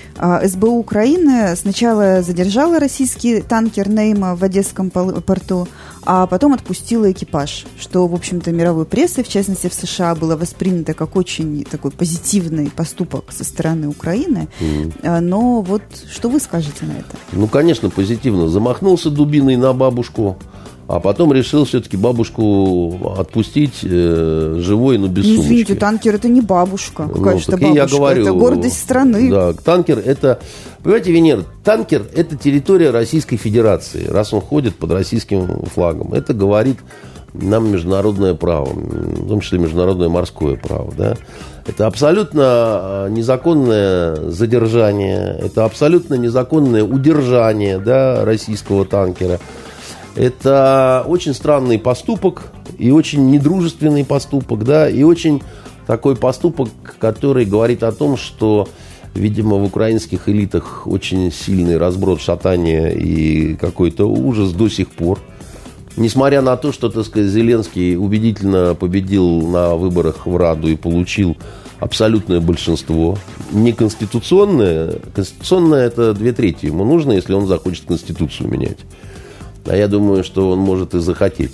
СБУ Украины сначала задержала российский танкер «Нейма» в Одесском порту, а потом отпустила экипаж, что, в общем-то, мировой прессой, в частности в США, было воспринято как очень такой позитивный поступок со стороны Украины. Mm. Но вот что вы скажете на это? Ну, конечно, позитивно. Замахнулся дубиной на бабушку, а потом решил все-таки бабушку отпустить э, живой, но без сумочки. Извините, танкер это не бабушка. Какая ну, же это бабушка? Я говорю, это гордость страны. Да, танкер это... Понимаете, Венера, танкер это территория Российской Федерации, раз он ходит под российским флагом. Это говорит нам международное право, в том числе международное морское право. Да? Это абсолютно незаконное задержание, это абсолютно незаконное удержание, да, российского танкера. Это очень странный поступок и очень недружественный поступок, да, и очень такой поступок, который говорит о том, что, видимо, в украинских элитах очень сильный разброд, шатание и какой-то ужас до сих пор. Несмотря на то, что, так сказать, Зеленский убедительно победил на выборах в Раду и получил абсолютное большинство, неконституционное, конституционное это две трети ему нужно, если он захочет Конституцию менять. А я думаю, что он может и захотеть.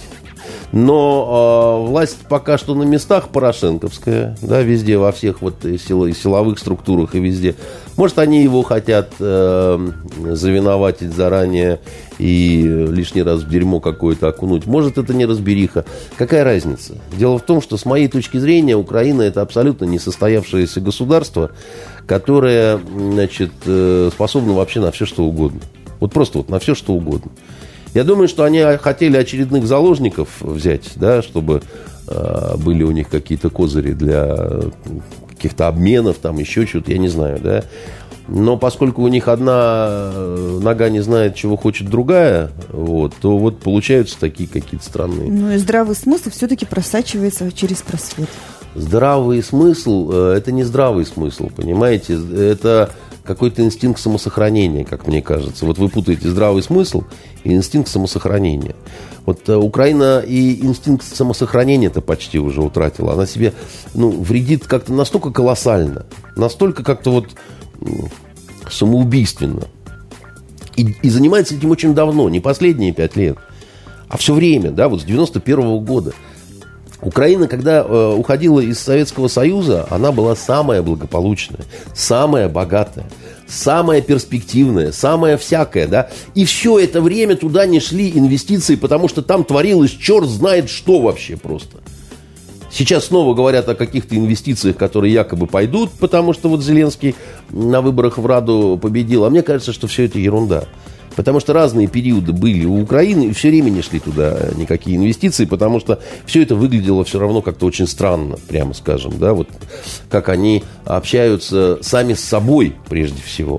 Но э, власть пока что на местах порошенковская, да, везде, во всех вот и сил, и силовых структурах и везде. Может, они его хотят э, завиноватить заранее и лишний раз в дерьмо какое-то окунуть. Может, это неразбериха. Какая разница? Дело в том, что с моей точки зрения Украина это абсолютно несостоявшееся государство, которое, значит, э, способно вообще на все, что угодно. Вот просто вот на все, что угодно. Я думаю, что они хотели очередных заложников взять, да, чтобы э, были у них какие-то козыри для каких-то обменов, там еще что-то, я не знаю, да. Но поскольку у них одна нога не знает, чего хочет другая, вот, то вот получаются такие какие-то странные. Ну и здравый смысл все-таки просачивается через просвет. Здравый смысл э, – это не здравый смысл, понимаете, это какой-то инстинкт самосохранения, как мне кажется. Вот вы путаете здравый смысл и инстинкт самосохранения. Вот э, Украина и инстинкт самосохранения-то почти уже утратила. Она себе ну, вредит как-то настолько колоссально, настолько как-то вот ну, самоубийственно. И, и занимается этим очень давно, не последние пять лет, а все время, да, вот с девяносто первого года. Украина, когда э, уходила из Советского Союза, она была самая благополучная, самая богатая, самая перспективная, самая всякая, да. И все это время туда не шли инвестиции, потому что там творилось черт знает что вообще просто. Сейчас снова говорят о каких-то инвестициях, которые якобы пойдут, потому что вот Зеленский на выборах в Раду победил. А мне кажется, что все это ерунда. Потому что разные периоды были у Украины, и все время не шли туда никакие инвестиции, потому что все это выглядело все равно как-то очень странно, прямо скажем, да, вот как они общаются сами с собой прежде всего.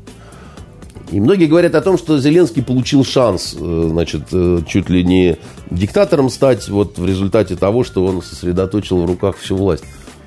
И многие говорят о том, что Зеленский получил шанс, значит, чуть ли не диктатором стать, вот в результате того, что он сосредоточил в руках всю власть.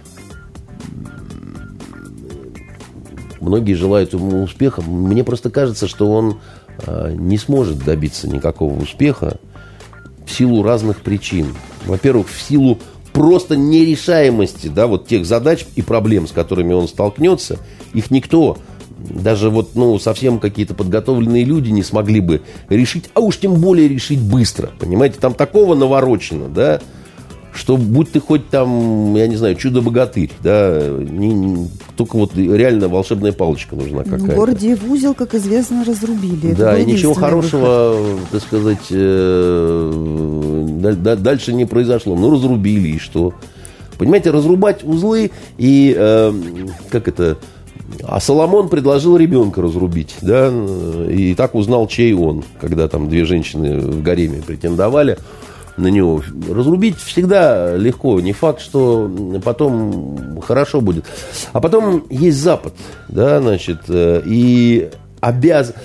Многие желают ему успеха. Мне просто кажется, что он не сможет добиться никакого успеха в силу разных причин. Во-первых, в силу просто нерешаемости, да, вот тех задач и проблем, с которыми он столкнется, их никто, даже вот, ну, совсем какие-то подготовленные люди не смогли бы решить, а уж тем более решить быстро, понимаете, там такого наворочено, да, что будь ты хоть там, я не знаю, чудо-богатырь, да, не, не, только вот реально волшебная палочка нужна какая-то. В городе Узел, как известно, разрубили. Да, и ничего хорошего, выход. так сказать, э, дальше не произошло. Ну, разрубили, и что? Понимаете, разрубать узлы, и, э, как это, а Соломон предложил ребенка разрубить, да, и так узнал, чей он, когда там две женщины в гареме претендовали на него. Разрубить всегда легко. Не факт, что потом хорошо будет. А потом есть Запад, да, значит, и обяз...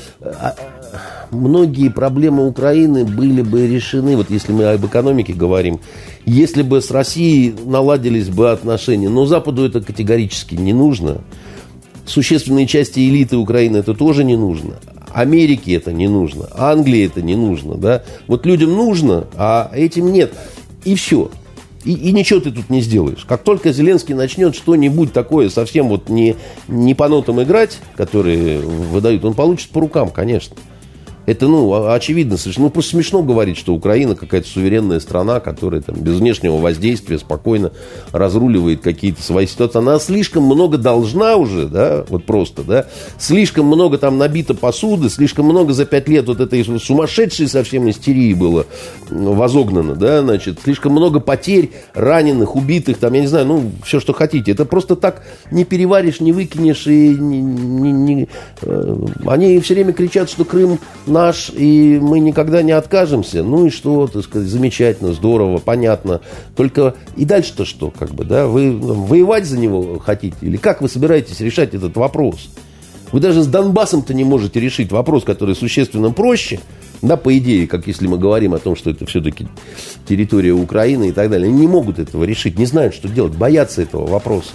Многие проблемы Украины были бы решены, вот если мы об экономике говорим, если бы с Россией наладились бы отношения. Но Западу это категорически не нужно. Существенные части элиты Украины это тоже не нужно. Америке это не нужно, Англии это не нужно, да. Вот людям нужно, а этим нет. И все. И, и ничего ты тут не сделаешь. Как только Зеленский начнет что-нибудь такое совсем вот не, не по нотам играть, которые выдают, он получит по рукам, конечно. Это, ну, очевидно совершенно. Ну, просто смешно говорить, что Украина какая-то суверенная страна, которая там без внешнего воздействия спокойно разруливает какие-то свои ситуации. Она слишком много должна уже, да, вот просто, да. Слишком много там набито посуды, слишком много за пять лет вот этой сумасшедшей совсем истерии было возогнано, да, значит. Слишком много потерь, раненых, убитых, там, я не знаю, ну, все, что хотите. Это просто так не переваришь, не выкинешь. И не, не, не... Они все время кричат, что Крым наш, и мы никогда не откажемся. Ну и что, так сказать, замечательно, здорово, понятно. Только и дальше-то что, как бы, да? Вы воевать за него хотите? Или как вы собираетесь решать этот вопрос? Вы даже с Донбассом-то не можете решить вопрос, который существенно проще, да, по идее, как если мы говорим о том, что это все-таки территория Украины и так далее. Они не могут этого решить, не знают, что делать, боятся этого вопроса.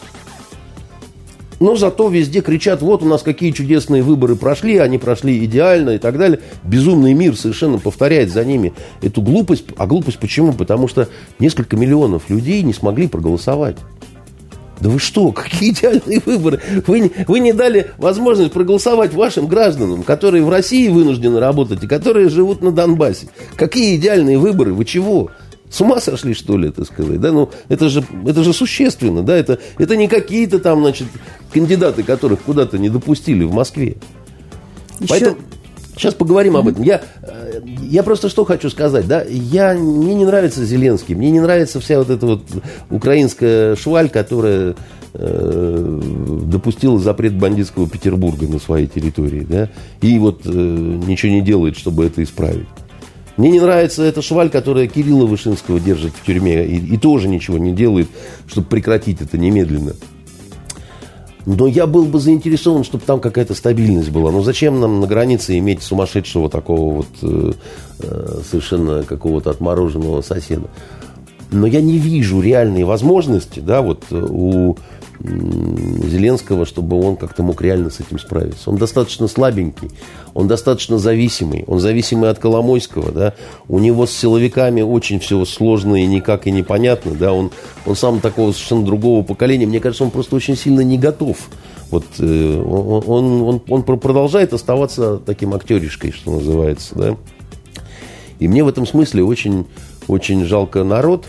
Но зато везде кричат, вот у нас какие чудесные выборы прошли, они прошли идеально и так далее. Безумный мир совершенно повторяет за ними эту глупость. А глупость почему? Потому что несколько миллионов людей не смогли проголосовать. Да вы что, какие идеальные выборы? Вы, вы не дали возможность проголосовать вашим гражданам, которые в России вынуждены работать и которые живут на Донбассе. Какие идеальные выборы? Вы чего? С ума сошли, что ли, это сказать? Да, ну, это же, это же существенно, да, это, это не какие-то там, значит, кандидаты, которых куда-то не допустили в Москве. Еще... Поэтому сейчас поговорим mm-hmm. об этом. Я, я просто что хочу сказать, да, я, мне не нравится Зеленский, мне не нравится вся вот эта вот украинская шваль, которая э, допустила запрет бандитского Петербурга на своей территории, да, и вот э, ничего не делает, чтобы это исправить. Мне не нравится эта шваль, которая Кирилла Вышинского держит в тюрьме и, и тоже ничего не делает, чтобы прекратить это немедленно. Но я был бы заинтересован, чтобы там какая-то стабильность была. Но зачем нам на границе иметь сумасшедшего такого вот э, совершенно какого-то отмороженного соседа? Но я не вижу реальной возможности, да, вот у Зеленского, чтобы он как-то мог реально с этим справиться. Он достаточно слабенький, он достаточно зависимый, он зависимый от Коломойского, да, у него с силовиками очень все сложно и никак и непонятно, да, он, он сам такого совершенно другого поколения, мне кажется, он просто очень сильно не готов. Вот э, он, он, он, он продолжает оставаться таким актеришкой, что называется, да. И мне в этом смысле очень, очень жалко народ.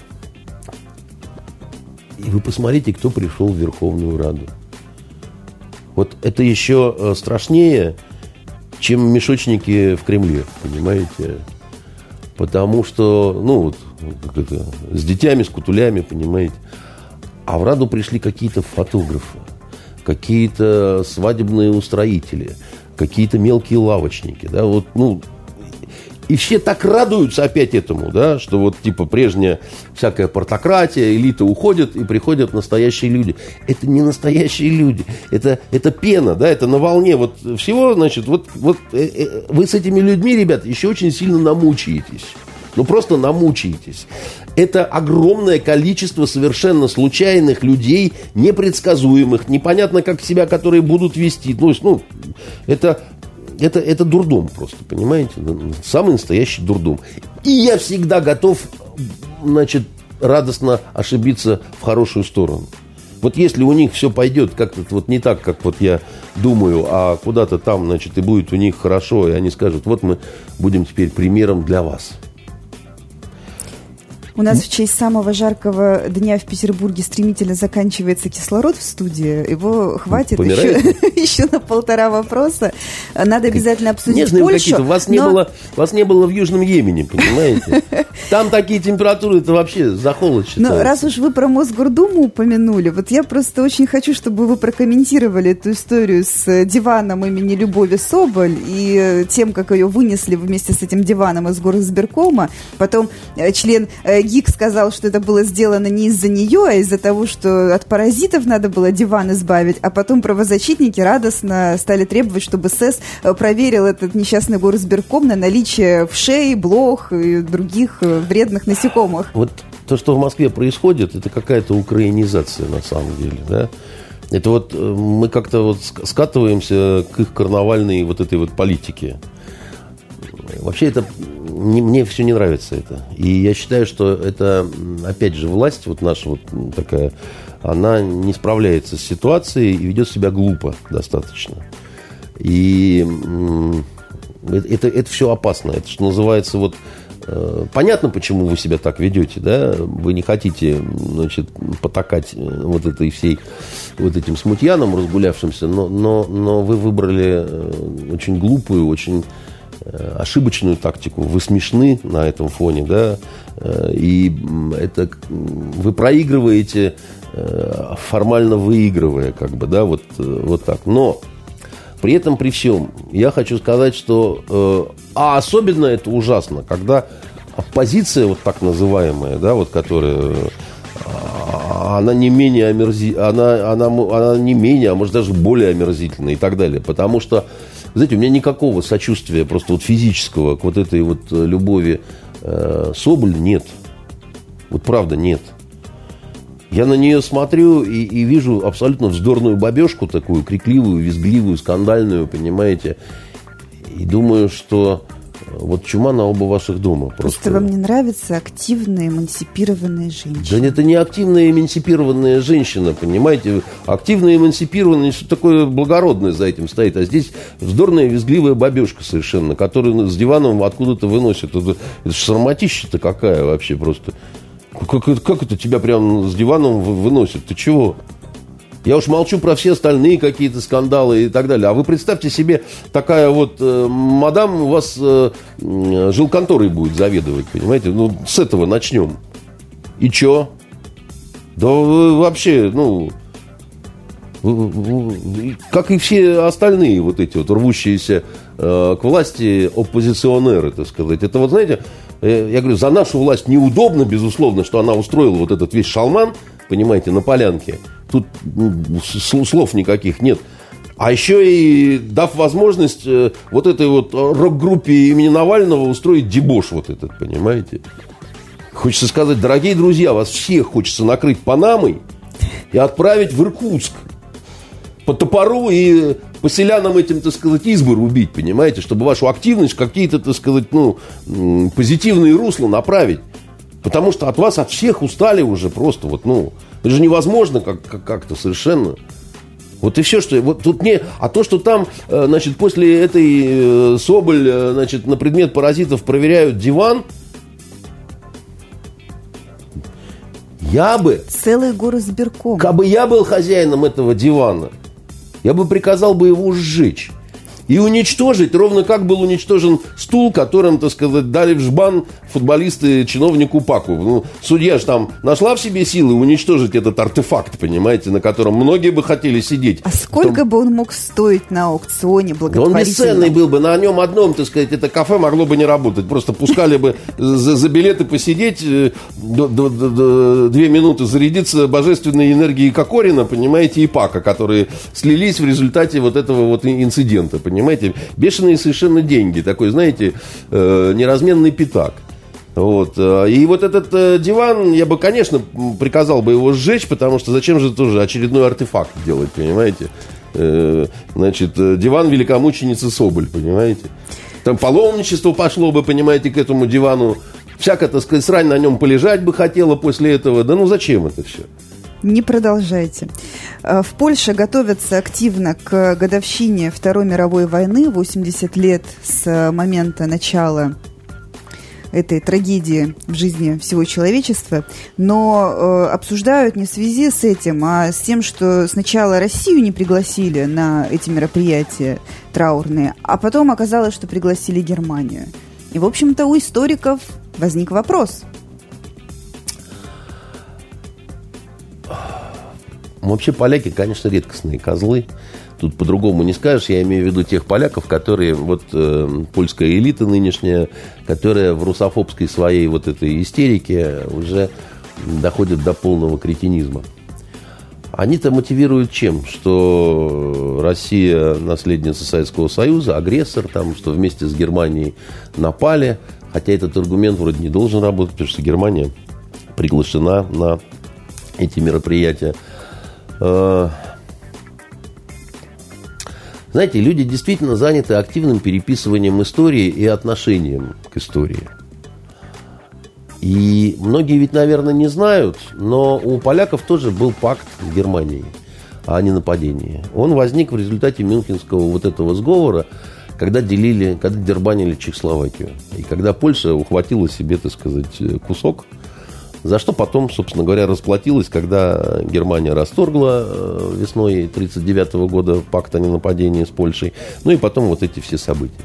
И вы посмотрите, кто пришел в Верховную Раду. Вот это еще страшнее, чем мешочники в Кремле, понимаете? Потому что, ну, вот, как это, с детьми, с кутулями, понимаете? А в Раду пришли какие-то фотографы, какие-то свадебные устроители, какие-то мелкие лавочники, да, вот, ну... И все так радуются опять этому, да, что вот типа прежняя всякая портократия, элита уходит, и приходят настоящие люди. Это не настоящие люди, это, это пена, да, это на волне вот всего, значит, вот, вот э, э, вы с этими людьми, ребята, еще очень сильно намучаетесь. Ну, просто намучаетесь. Это огромное количество совершенно случайных людей, непредсказуемых, непонятно как себя, которые будут вести. То есть, ну, это... Это, это дурдом просто, понимаете? Самый настоящий дурдом. И я всегда готов, значит, радостно ошибиться в хорошую сторону. Вот если у них все пойдет как-то вот не так, как вот я думаю, а куда-то там, значит, и будет у них хорошо, и они скажут, вот мы будем теперь примером для вас. У нас в честь самого жаркого дня в Петербурге стремительно заканчивается кислород в студии. Его хватит еще, еще на полтора вопроса. Надо обязательно обсудить Нежные Польшу. Какие-то. Вас, но... не было, вас не было в Южном Йемене, понимаете? Там такие температуры, это вообще за холод считается. Но раз уж вы про Мосгордуму упомянули, вот я просто очень хочу, чтобы вы прокомментировали эту историю с диваном имени Любови Соболь и тем, как ее вынесли вместе с этим диваном из горосберкома. Потом член ГИК сказал, что это было сделано не из-за нее, а из-за того, что от паразитов надо было диван избавить, а потом правозащитники радостно стали требовать, чтобы СЭС проверил этот несчастный горосберком на наличие вшей, блох и других вредных насекомых. Вот то, что в Москве происходит, это какая-то украинизация на самом деле, да? Это вот мы как-то вот скатываемся к их карнавальной вот этой вот политике. Вообще это не, мне все не нравится это. И я считаю, что это, опять же, власть вот наша вот такая, она не справляется с ситуацией и ведет себя глупо достаточно. И это, это все опасно. Это, что называется, вот понятно, почему вы себя так ведете, да? Вы не хотите, значит, потакать вот этой всей, вот этим смутьянам разгулявшимся, но, но, но вы выбрали очень глупую, очень ошибочную тактику. Вы смешны на этом фоне, да, и это вы проигрываете, формально выигрывая, как бы, да, вот, вот так. Но при этом, при всем, я хочу сказать, что а особенно это ужасно, когда оппозиция, вот так называемая, да, вот, которая она не менее омерзи... она, она, она не менее, а может даже более омерзительная и так далее. Потому что, знаете, у меня никакого сочувствия просто вот физического к вот этой вот Любови э, Соболь нет. Вот правда нет. Я на нее смотрю и, и вижу абсолютно вздорную бабешку такую, крикливую, визгливую, скандальную, понимаете. И думаю, что вот чума на оба ваших дома. Просто, просто вам не нравятся активные, эмансипированные женщины. Да это не активная, эмансипированная женщина, понимаете. Активная, эмансипированная, что такое благородное за этим стоит. А здесь вздорная, визгливая бабешка совершенно, которую с диваном откуда-то выносит. Это, это ж сарматища-то какая вообще просто. Как, как это тебя прям с диваном выносит? Ты чего? Я уж молчу про все остальные какие-то скандалы и так далее. А вы представьте себе, такая вот э, мадам у вас э, жилконторой будет заведовать, понимаете? Ну, с этого начнем. И чё? Да вообще, ну, как и все остальные вот эти вот рвущиеся э, к власти оппозиционеры, так сказать. Это вот, знаете, я говорю, за нашу власть неудобно, безусловно, что она устроила вот этот весь шалман, понимаете, на полянке. Тут слов никаких нет. А еще и дав возможность вот этой вот рок-группе имени Навального устроить дебош вот этот, понимаете. Хочется сказать, дорогие друзья, вас всех хочется накрыть панамой и отправить в Иркутск по топору и по селянам этим, так сказать, избы рубить, понимаете, чтобы вашу активность какие-то, так сказать, ну, позитивные русла направить. Потому что от вас, от всех устали уже просто, вот, ну, это же невозможно как- как- как-то совершенно. Вот и все, что... Вот тут не... А то, что там, значит, после этой Соболь, значит, на предмет паразитов проверяют диван, я бы... Целый горосберком. Как бы я был хозяином этого дивана, я бы приказал бы его сжечь. И уничтожить, ровно как был уничтожен стул, которым, так сказать, дали в жбан футболисты чиновнику Паку. Ну, судья же там нашла в себе силы уничтожить этот артефакт, понимаете, на котором многие бы хотели сидеть. А сколько Потом... бы он мог стоить на аукционе благотворительном? Да он бесценный был бы, на нем одном, так сказать, это кафе могло бы не работать. Просто пускали бы за, за билеты посидеть, до, до, до, две минуты зарядиться божественной энергией Кокорина, понимаете, и Пака, которые слились в результате вот этого вот инцидента, понимаете, бешеные совершенно деньги, такой, знаете, э, неразменный пятак. Вот. И вот этот э, диван, я бы, конечно, приказал бы его сжечь, потому что зачем же тоже очередной артефакт делать, понимаете? Э, значит, диван великомученицы Соболь, понимаете? Там паломничество пошло бы, понимаете, к этому дивану. Всяко, так сказать, срань на нем полежать бы хотела после этого. Да ну зачем это все? Не продолжайте. В Польше готовятся активно к годовщине Второй мировой войны, восемьдесят лет с момента начала этой трагедии в жизни всего человечества, но э, обсуждают не в связи с этим, а с тем, что сначала Россию не пригласили на эти мероприятия траурные, а потом оказалось, что пригласили Германию. И, в общем-то, у историков возник вопрос. Вообще поляки, конечно, редкостные козлы. Тут по-другому не скажешь. Я имею в виду тех поляков, которые, вот э, польская элита нынешняя, которая в русофобской своей вот этой истерике уже доходит до полного кретинизма. Они-то мотивируют чем? Что Россия наследница Советского Союза, агрессор, там, что вместе с Германией напали. Хотя этот аргумент вроде не должен работать, потому что Германия приглашена на эти мероприятия. Знаете, люди действительно заняты активным переписыванием истории и отношением к истории. И многие ведь, наверное, не знают, но у поляков тоже был пакт с Германией о ненападении. Он возник в результате Мюнхенского вот этого сговора, когда делили, когда дербанили Чехословакию. И когда Польша ухватила себе, так сказать, кусок, за что потом, собственно говоря, расплатилась, когда Германия расторгла весной тысяча девятьсот тридцать девятого года пакт о ненападении с Польшей. Ну и потом вот эти все события.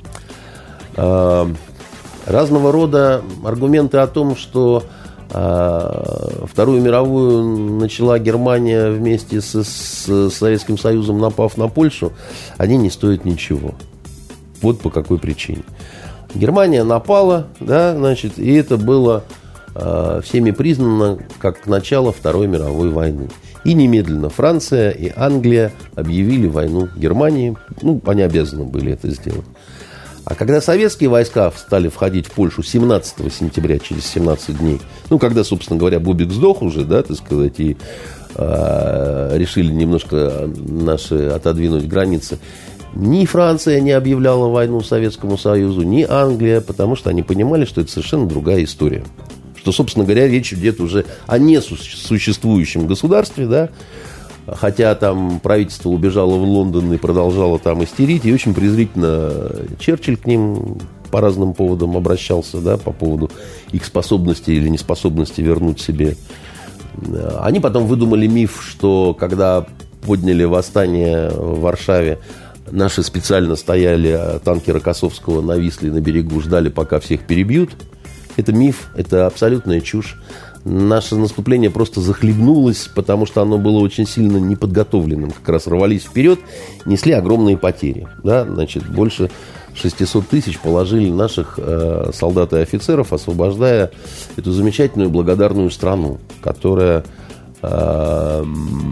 Разного рода аргументы о том, что Вторую мировую начала Германия вместе с, с Советским Союзом, напав на Польшу, они не стоят ничего. Вот по какой причине. Германия напала, да, значит, и это было всеми признано как начало Второй мировой войны. И немедленно Франция и Англия объявили войну Германии. Ну, они обязаны были это сделать. А когда советские войска стали входить в Польшу семнадцатого сентября, через семнадцать дней, ну, когда, собственно говоря, Бубик сдох уже, да, так сказать, и э, решили немножко наши отодвинуть границы, ни Франция не объявляла войну Советскому Союзу, ни Англия, потому что они понимали, что это совершенно другая история. Что, собственно говоря, речь идет уже о несуществующем государстве, да, хотя там правительство убежало в Лондон и продолжало там истерить, и очень презрительно Черчилль к ним по разным поводам обращался, да, по поводу их способности или неспособности вернуть себе. Они потом выдумали миф, что когда подняли восстание в Варшаве, наши специально стояли, танки Рокоссовского нависли на берегу, ждали, пока всех перебьют. Это миф, это абсолютная чушь. Наше наступление просто захлебнулось, потому что оно было очень сильно неподготовленным. Как раз рвались вперед, несли огромные потери. Да? Значит, больше шестьсот тысяч положили наших э, солдат и офицеров, освобождая эту замечательную благодарную страну, которая... Э,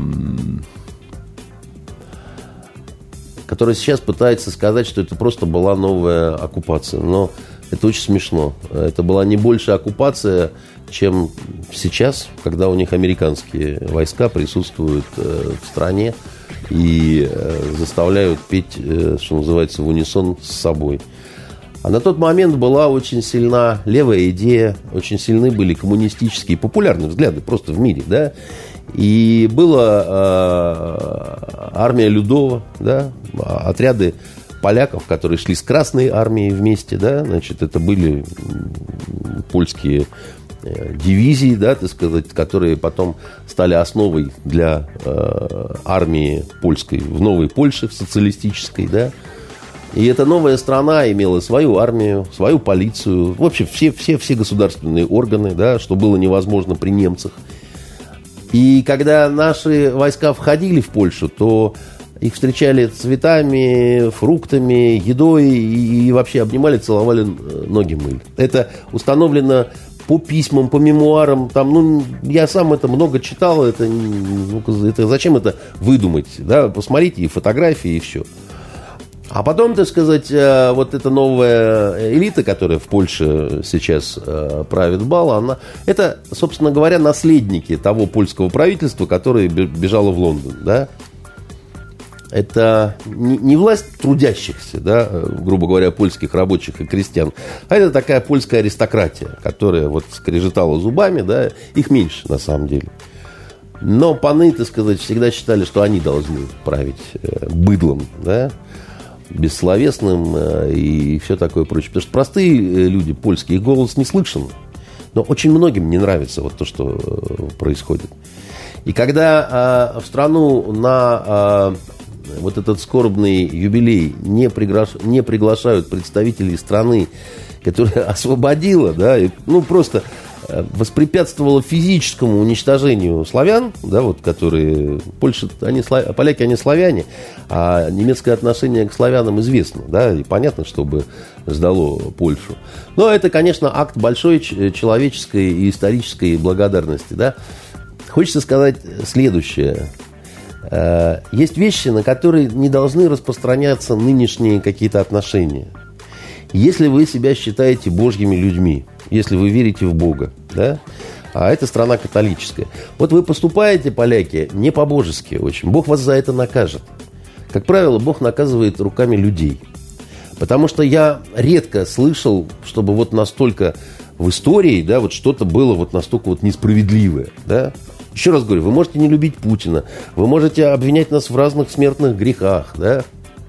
которая сейчас пытается сказать, что это просто была новая оккупация. Но это очень смешно. Это была не большая оккупация, чем сейчас, когда у них американские войска присутствуют э, в стране и э, заставляют петь, э, что называется, в унисон с собой. А на тот момент была очень сильна левая идея, очень сильны были коммунистические, популярные взгляды просто в мире, да. И была э, армия Людова, да, отряды поляков, которые шли с Красной армией вместе, да, значит, это были польские дивизии, да, так сказать, которые потом стали основой для э, армии польской в Новой Польше, в социалистической, да. И эта новая страна имела свою армию, свою полицию, в общем, все, все, все государственные органы, да, что было невозможно при немцах. И когда наши войска входили в Польшу, то их встречали цветами, фруктами, едой и, и вообще обнимали, целовали, ноги мыли. Это установлено по письмам, по мемуарам. Там, ну, я сам это много читал. Это, ну, это, зачем это выдумать? Да? Посмотрите, и фотографии, и все. А потом, так сказать, вот эта новая элита, которая в Польше сейчас правит бал, она, это, собственно говоря, наследники того польского правительства, которое бежало в Лондон, да? это не, не власть трудящихся, да, грубо говоря, польских рабочих и крестьян, а это такая польская аристократия, которая вот скрежетала зубами, да, их меньше на самом деле. Но паны, так сказать, всегда считали, что они должны править быдлом, да, бессловесным и все такое прочее. Потому что простые люди, польские, их голос не слышен. Но очень многим не нравится вот то, что происходит. И когда а, в страну на а, вот этот скорбный юбилей не, приглаш... не приглашают представителей страны, которая освободила, да, и, ну, просто воспрепятствовала физическому уничтожению славян, да, вот, которые... Польша, они, поляки, они славяне, а немецкое отношение к славянам известно, да, и понятно, чтобы сдало Польшу. Но это, конечно, акт большой человеческой и исторической благодарности, да. Хочется сказать следующее. Есть вещи, на которые не должны распространяться нынешние какие-то отношения. Если вы себя считаете божьими людьми, если вы верите в Бога, да, а это страна католическая, вот вы поступаете, поляки, не по-божески очень. Бог вас за это накажет. Как правило, Бог наказывает руками людей. Потому что я редко слышал, чтобы вот настолько в истории, да, вот что-то было вот настолько вот несправедливое, да. Еще раз говорю, вы можете не любить Путина, вы можете обвинять нас в разных смертных грехах, да,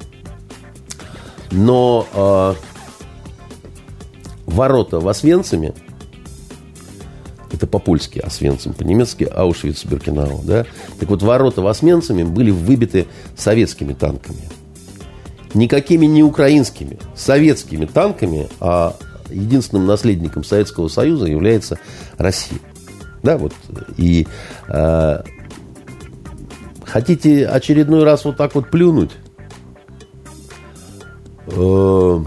но э, ворота в Освенциме, это по-польски Освенцим, по-немецки Аушвиц-Биркенау, да, так вот ворота в Освенциме были выбиты советскими танками. Никакими не украинскими, советскими танками, а единственным наследником Советского Союза является Россия. Да, вот, и э, хотите очередной раз вот так вот плюнуть? Э,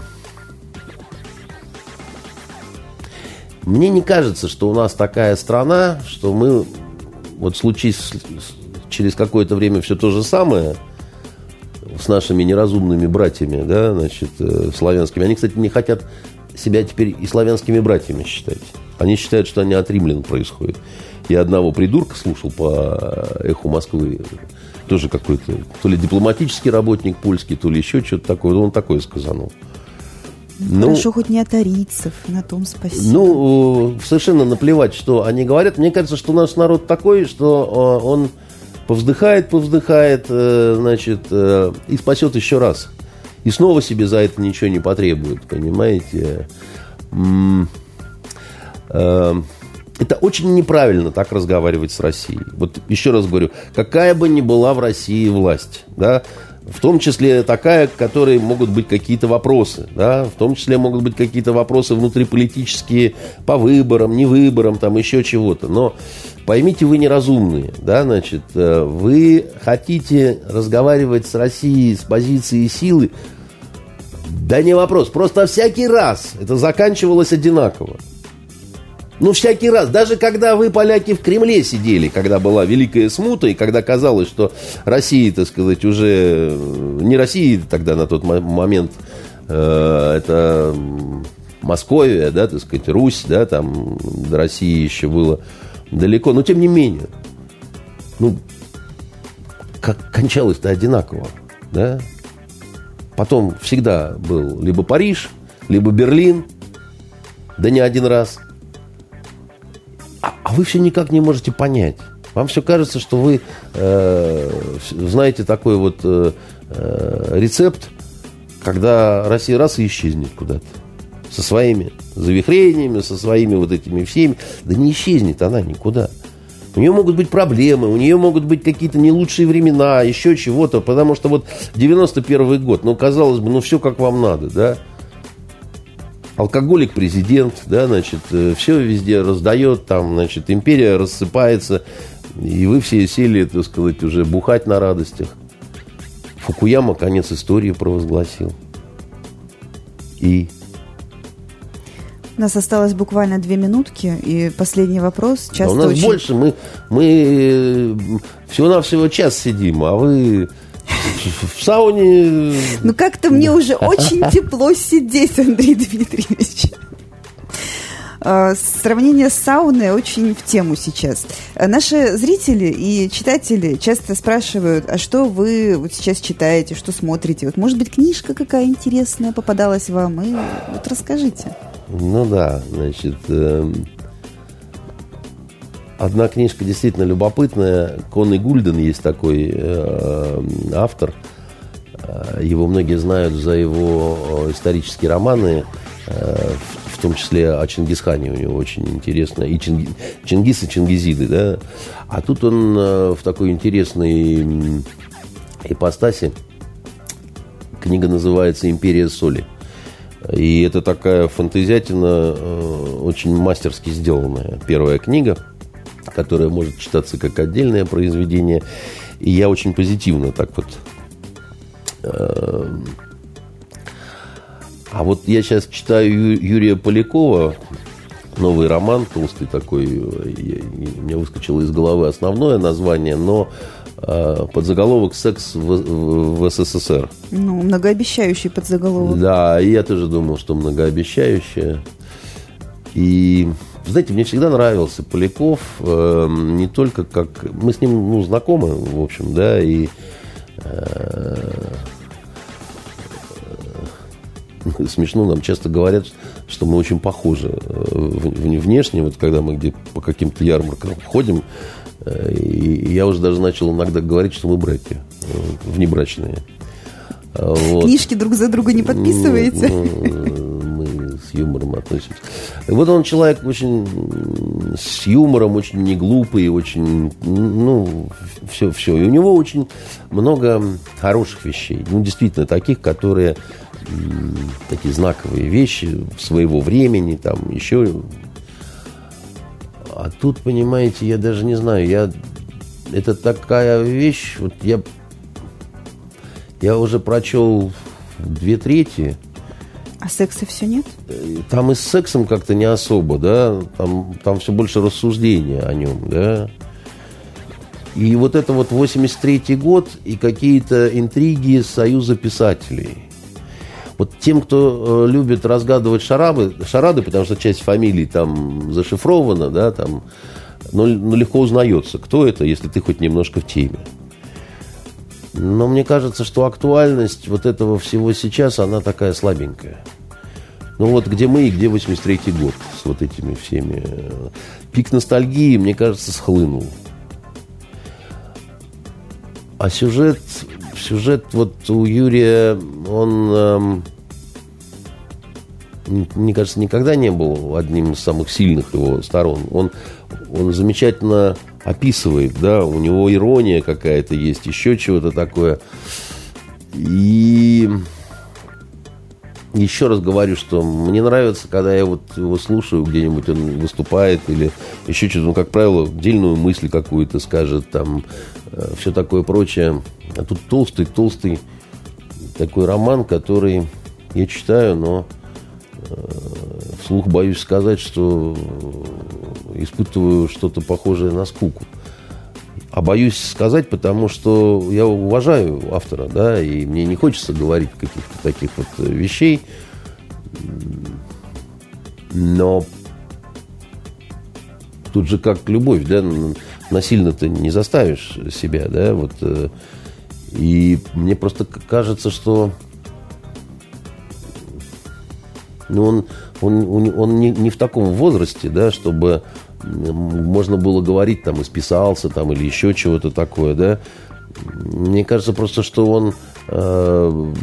мне не кажется, что у нас такая страна, что мы, вот случись через какое-то время все то же самое с нашими неразумными братьями, да, значит, э, славянскими. Они, кстати, не хотят себя теперь и славянскими братьями считать. Они считают, что они от римлян происходят. Я одного придурка слушал по «Эху Москвы». Тоже какой-то, то ли дипломатический работник польский, то ли еще что-то такое. Он такое сказанул. Ну, хорошо, хоть не от арийцев. На том спасибо. Ну, совершенно наплевать, что они говорят. Мне кажется, что наш народ такой, что он повздыхает, повздыхает, значит, и спасет еще раз. И снова себе за это ничего не потребует, понимаете? Это очень неправильно так разговаривать с Россией. Вот еще раз говорю, какая бы ни была в России власть, да, в том числе такая, к которой могут быть какие-то вопросы, да, в том числе могут быть какие-то вопросы внутриполитические по выборам, не выборам, там еще чего-то. Но поймите, вы неразумные, да, значит, вы хотите разговаривать с Россией с позиции силы. Да не вопрос, просто всякий раз это заканчивалось одинаково. Ну, всякий раз, даже когда вы, поляки, в Кремле сидели, когда была Великая Смута, и когда казалось, что Россия, так сказать, уже... Не Россия тогда на тот момент, э, это Московия, да, так сказать, Русь, да, там до России еще было далеко, но тем не менее, ну, как кончалось-то одинаково, да. Потом всегда был либо Париж, либо Берлин, да не один раз. А, а вы все никак не можете понять. Вам все кажется, что вы э, знаете такой вот э, рецепт, когда Россия раз и исчезнет куда-то. Со своими завихрениями, со своими вот этими всеми. Да не исчезнет она никуда. У нее могут быть проблемы, у нее могут быть какие-то не лучшие времена, еще чего-то. Потому что вот девяносто первый год, ну, казалось бы, ну, все как вам надо, да. Алкоголик президент, да, значит, все везде раздает, там, значит, империя рассыпается, и вы все сели, так сказать, уже бухать на радостях. Фукуяма конец истории провозгласил. И... У нас осталось буквально две минутки, и последний вопрос. Часто да у нас очень... больше, мы, мы всего-навсего час сидим, а вы... В сауне... Ну, как-то мне уже очень тепло сидеть, Андрей Дмитриевич. Сравнение с сауной очень в тему сейчас. Наши зрители и читатели часто спрашивают, а что вы вот сейчас читаете, что смотрите? Вот, может быть, книжка какая интересная попадалась вам? И вот расскажите. Ну да, значит, э, одна книжка действительно любопытная. Конни Гульден есть такой э, автор. Его многие знают за его исторические романы, э, в том числе о Чингисхане у него очень интересно. И Чинги, Чингис и Чингизиды, да. А тут он э, в такой интересной ипостаси. Книга называется «Империя соли». И это такая фантазиатина, э, очень мастерски сделанная первая книга, которая может читаться как отдельное произведение. И я очень позитивно так вот... Э, а вот я сейчас читаю Ю, Юрия Полякова, новый роман, толстый такой. Я, у меня выскочило из головы основное название, но э, подзаголовок «Секс в, в, в СССР». Ну, многообещающий подзаголовок. Да, и я тоже думал, что многообещающее. И, знаете, мне всегда нравился Поляков, э, не только как... Мы с ним, ну, знакомы, в общем, да, и... Э, смешно, нам часто говорят, что мы очень похожи внешне, вот когда мы где по каким-то ярмаркам ходим, и я уже даже начал иногда говорить, что мы братья, внебрачные. Вот. Книжки друг за друга не подписываете? Ну, мы с юмором относимся. И вот он человек очень с юмором, очень неглупый, очень, ну, все, все. И у него очень много хороших вещей. Ну, действительно, таких, которые такие знаковые вещи своего времени, там еще. А тут, понимаете, я даже не знаю, я это такая вещь, вот я я уже прочел две трети. А секса все нет? Там и с сексом как-то не особо, да, там, там все больше рассуждения о нем, да. И вот это вот восемьдесят третий год и какие-то интриги Союза писателей. Вот тем, кто э, любит разгадывать шарабы, шарады, потому что часть фамилий там зашифрована, да, там, но, но легко узнается, кто это, если ты хоть немножко в теме. Но мне кажется, что актуальность вот этого всего сейчас, она такая слабенькая. Ну вот где мы и где восемьдесят третий год с вот этими всеми. Пик ностальгии, мне кажется, схлынул. А сюжет... Сюжет вот у Юрия, он, эм, мне кажется, никогда не был одним из самых сильных его сторон. Он, он замечательно описывает, да, у него ирония какая-то есть, еще чего-то такое. И еще раз говорю, что мне нравится, когда я вот его слушаю, где-нибудь он выступает или еще что-то, ну, как правило, дельную мысль какую-то скажет, там, э, все такое прочее. А тут толстый-толстый такой роман, который я читаю, но э, вслух боюсь сказать, что испытываю что-то похожее на скуку. А боюсь сказать, потому что я уважаю автора, да, и мне не хочется говорить каких-то таких вот вещей. Но тут же как любовь, да, насильно ты не заставишь себя, да, вот. И мне просто кажется, что ну, он, он, он, он не, не в таком возрасте, да, чтобы можно было говорить, там, исписался, там, или еще чего-то такое, да. Мне кажется просто, что он э,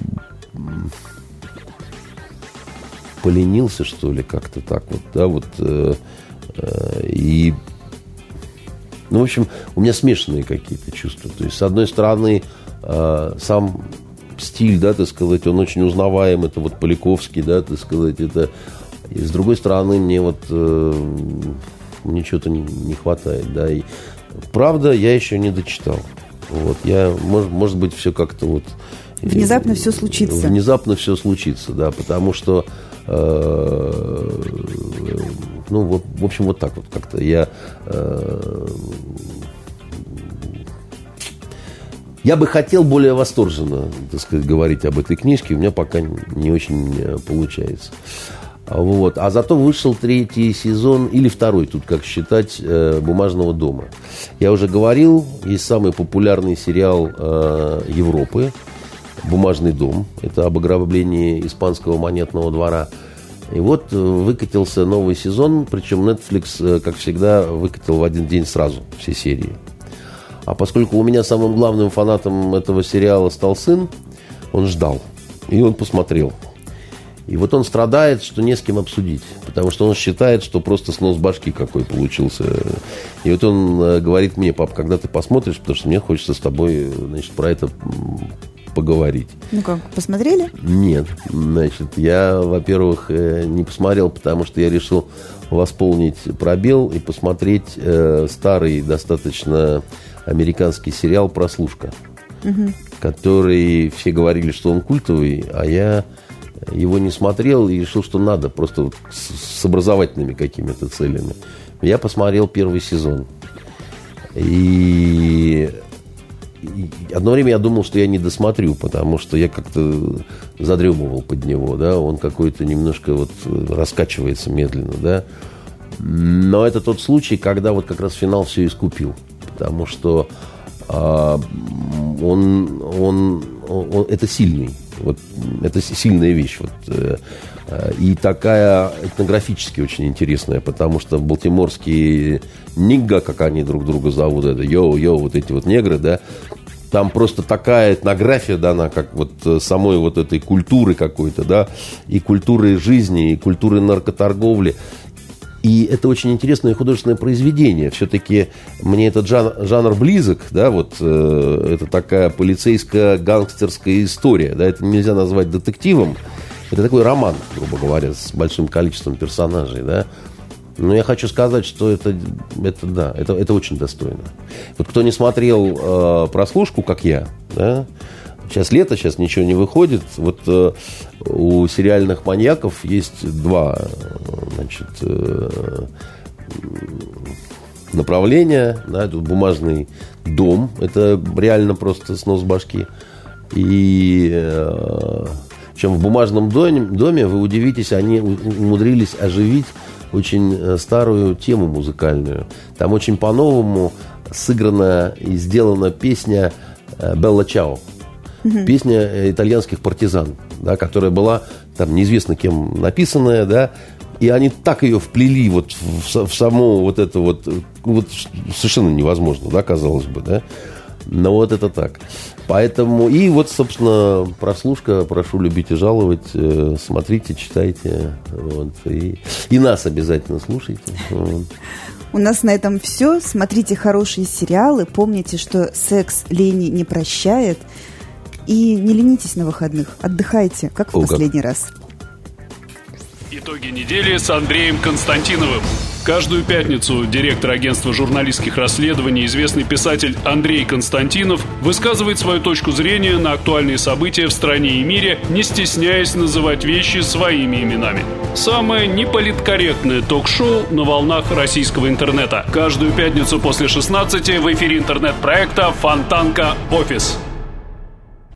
поленился, что ли, как-то так вот, да, вот. Э, э, и, ну, в общем, у меня смешанные какие-то чувства. То есть, с одной стороны, э, сам стиль, да, так сказать, он очень узнаваем, это вот Поляковский, да, так сказать, это... И с другой стороны, мне вот... Э, мне чего-то не, не хватает, да, и правда, я еще не дочитал, вот, я, может, может быть, все как-то вот... Внезапно все случится. Внезапно все случится, да, потому что, э, ну, вот, в общем, вот так вот как-то я... Э, я бы хотел более восторженно, так сказать, говорить об этой книжке, у меня пока не очень получается. Вот. А зато вышел третий сезон, или второй, тут как считать, «Бумажного дома». Я уже говорил, есть самый популярный сериал Европы «Бумажный дом». Это об ограблении испанского монетного двора. И вот выкатился новый сезон, причем Netflix, как всегда, выкатил в один день сразу все серии. А поскольку у меня самым главным фанатом этого сериала стал сын, он ждал, и он посмотрел. И вот он страдает, что не с кем обсудить, потому что он считает, что просто снос башки какой получился. И вот он говорит мне: пап, когда ты посмотришь, потому что мне хочется с тобой, значит, про это поговорить. Ну как, посмотрели? Нет. Значит, я, во-первых, не посмотрел, потому что я решил восполнить пробел и посмотреть э, старый достаточно американский сериал «Прослушка», угу. который все говорили, что он культовый, а я его не смотрел и решил, что надо, просто вот с, с образовательными какими-то целями. Я посмотрел первый сезон. И... И одно время я думал, что я не досмотрю, потому что я как-то задремывал под него, да, он какой-то немножко вот раскачивается медленно, да. Но это тот случай, когда вот как раз финал все искупил, потому что а, он, он, он, это сильный, вот, это сильная вещь, вот, и такая этнографически очень интересная, потому что балтиморские нигга, как они друг друга зовут, это йоу-йоу, вот эти вот негры, да, там просто такая этнография дана, как вот самой вот этой культуры какой-то, да, и культуры жизни, и культуры наркоторговли. И это очень интересное художественное произведение. Все-таки мне этот жанр, жанр близок, да, вот э, это такая полицейско-гангстерская история, да, это нельзя назвать детективом. Это такой роман, грубо говоря, с большим количеством персонажей, да. Но я хочу сказать, что это, это да, это, это очень достойно. Вот кто не смотрел э, «Прослушку», как я, да, сейчас лето, сейчас ничего не выходит. Вот э, у сериальных маньяков есть два, значит, э, направления. Да, это «Бумажный дом», это реально просто снос башки. И... Э, Причем в «Бумажном доме», доме, вы удивитесь, они умудрились оживить очень старую тему музыкальную. Там очень по-новому сыграна и сделана песня «Белла Чао». Угу. Песня итальянских партизан, да, которая была там неизвестно кем написанная, да, и они так ее вплели вот в, в само вот это вот, вот совершенно невозможно, да, казалось бы, да. Но вот это так. Поэтому, и вот, собственно, «Прослушка». Прошу любить и жаловать. Смотрите, читайте. Вот, и, и нас обязательно слушайте. Вот. У нас на этом все. Смотрите хорошие сериалы. Помните, что секс лени не прощает. И не ленитесь на выходных. Отдыхайте, как в О, последний как. раз. Итоги недели с Андреем Константиновым. Каждую пятницу директор агентства журналистских расследований, известный писатель Андрей Константинов, высказывает свою точку зрения на актуальные события в стране и мире, не стесняясь называть вещи своими именами. Самое неполиткорректное ток-шоу на волнах российского интернета. Каждую пятницу после шестнадцати в эфире интернет-проекта «Фонтанка. Офис».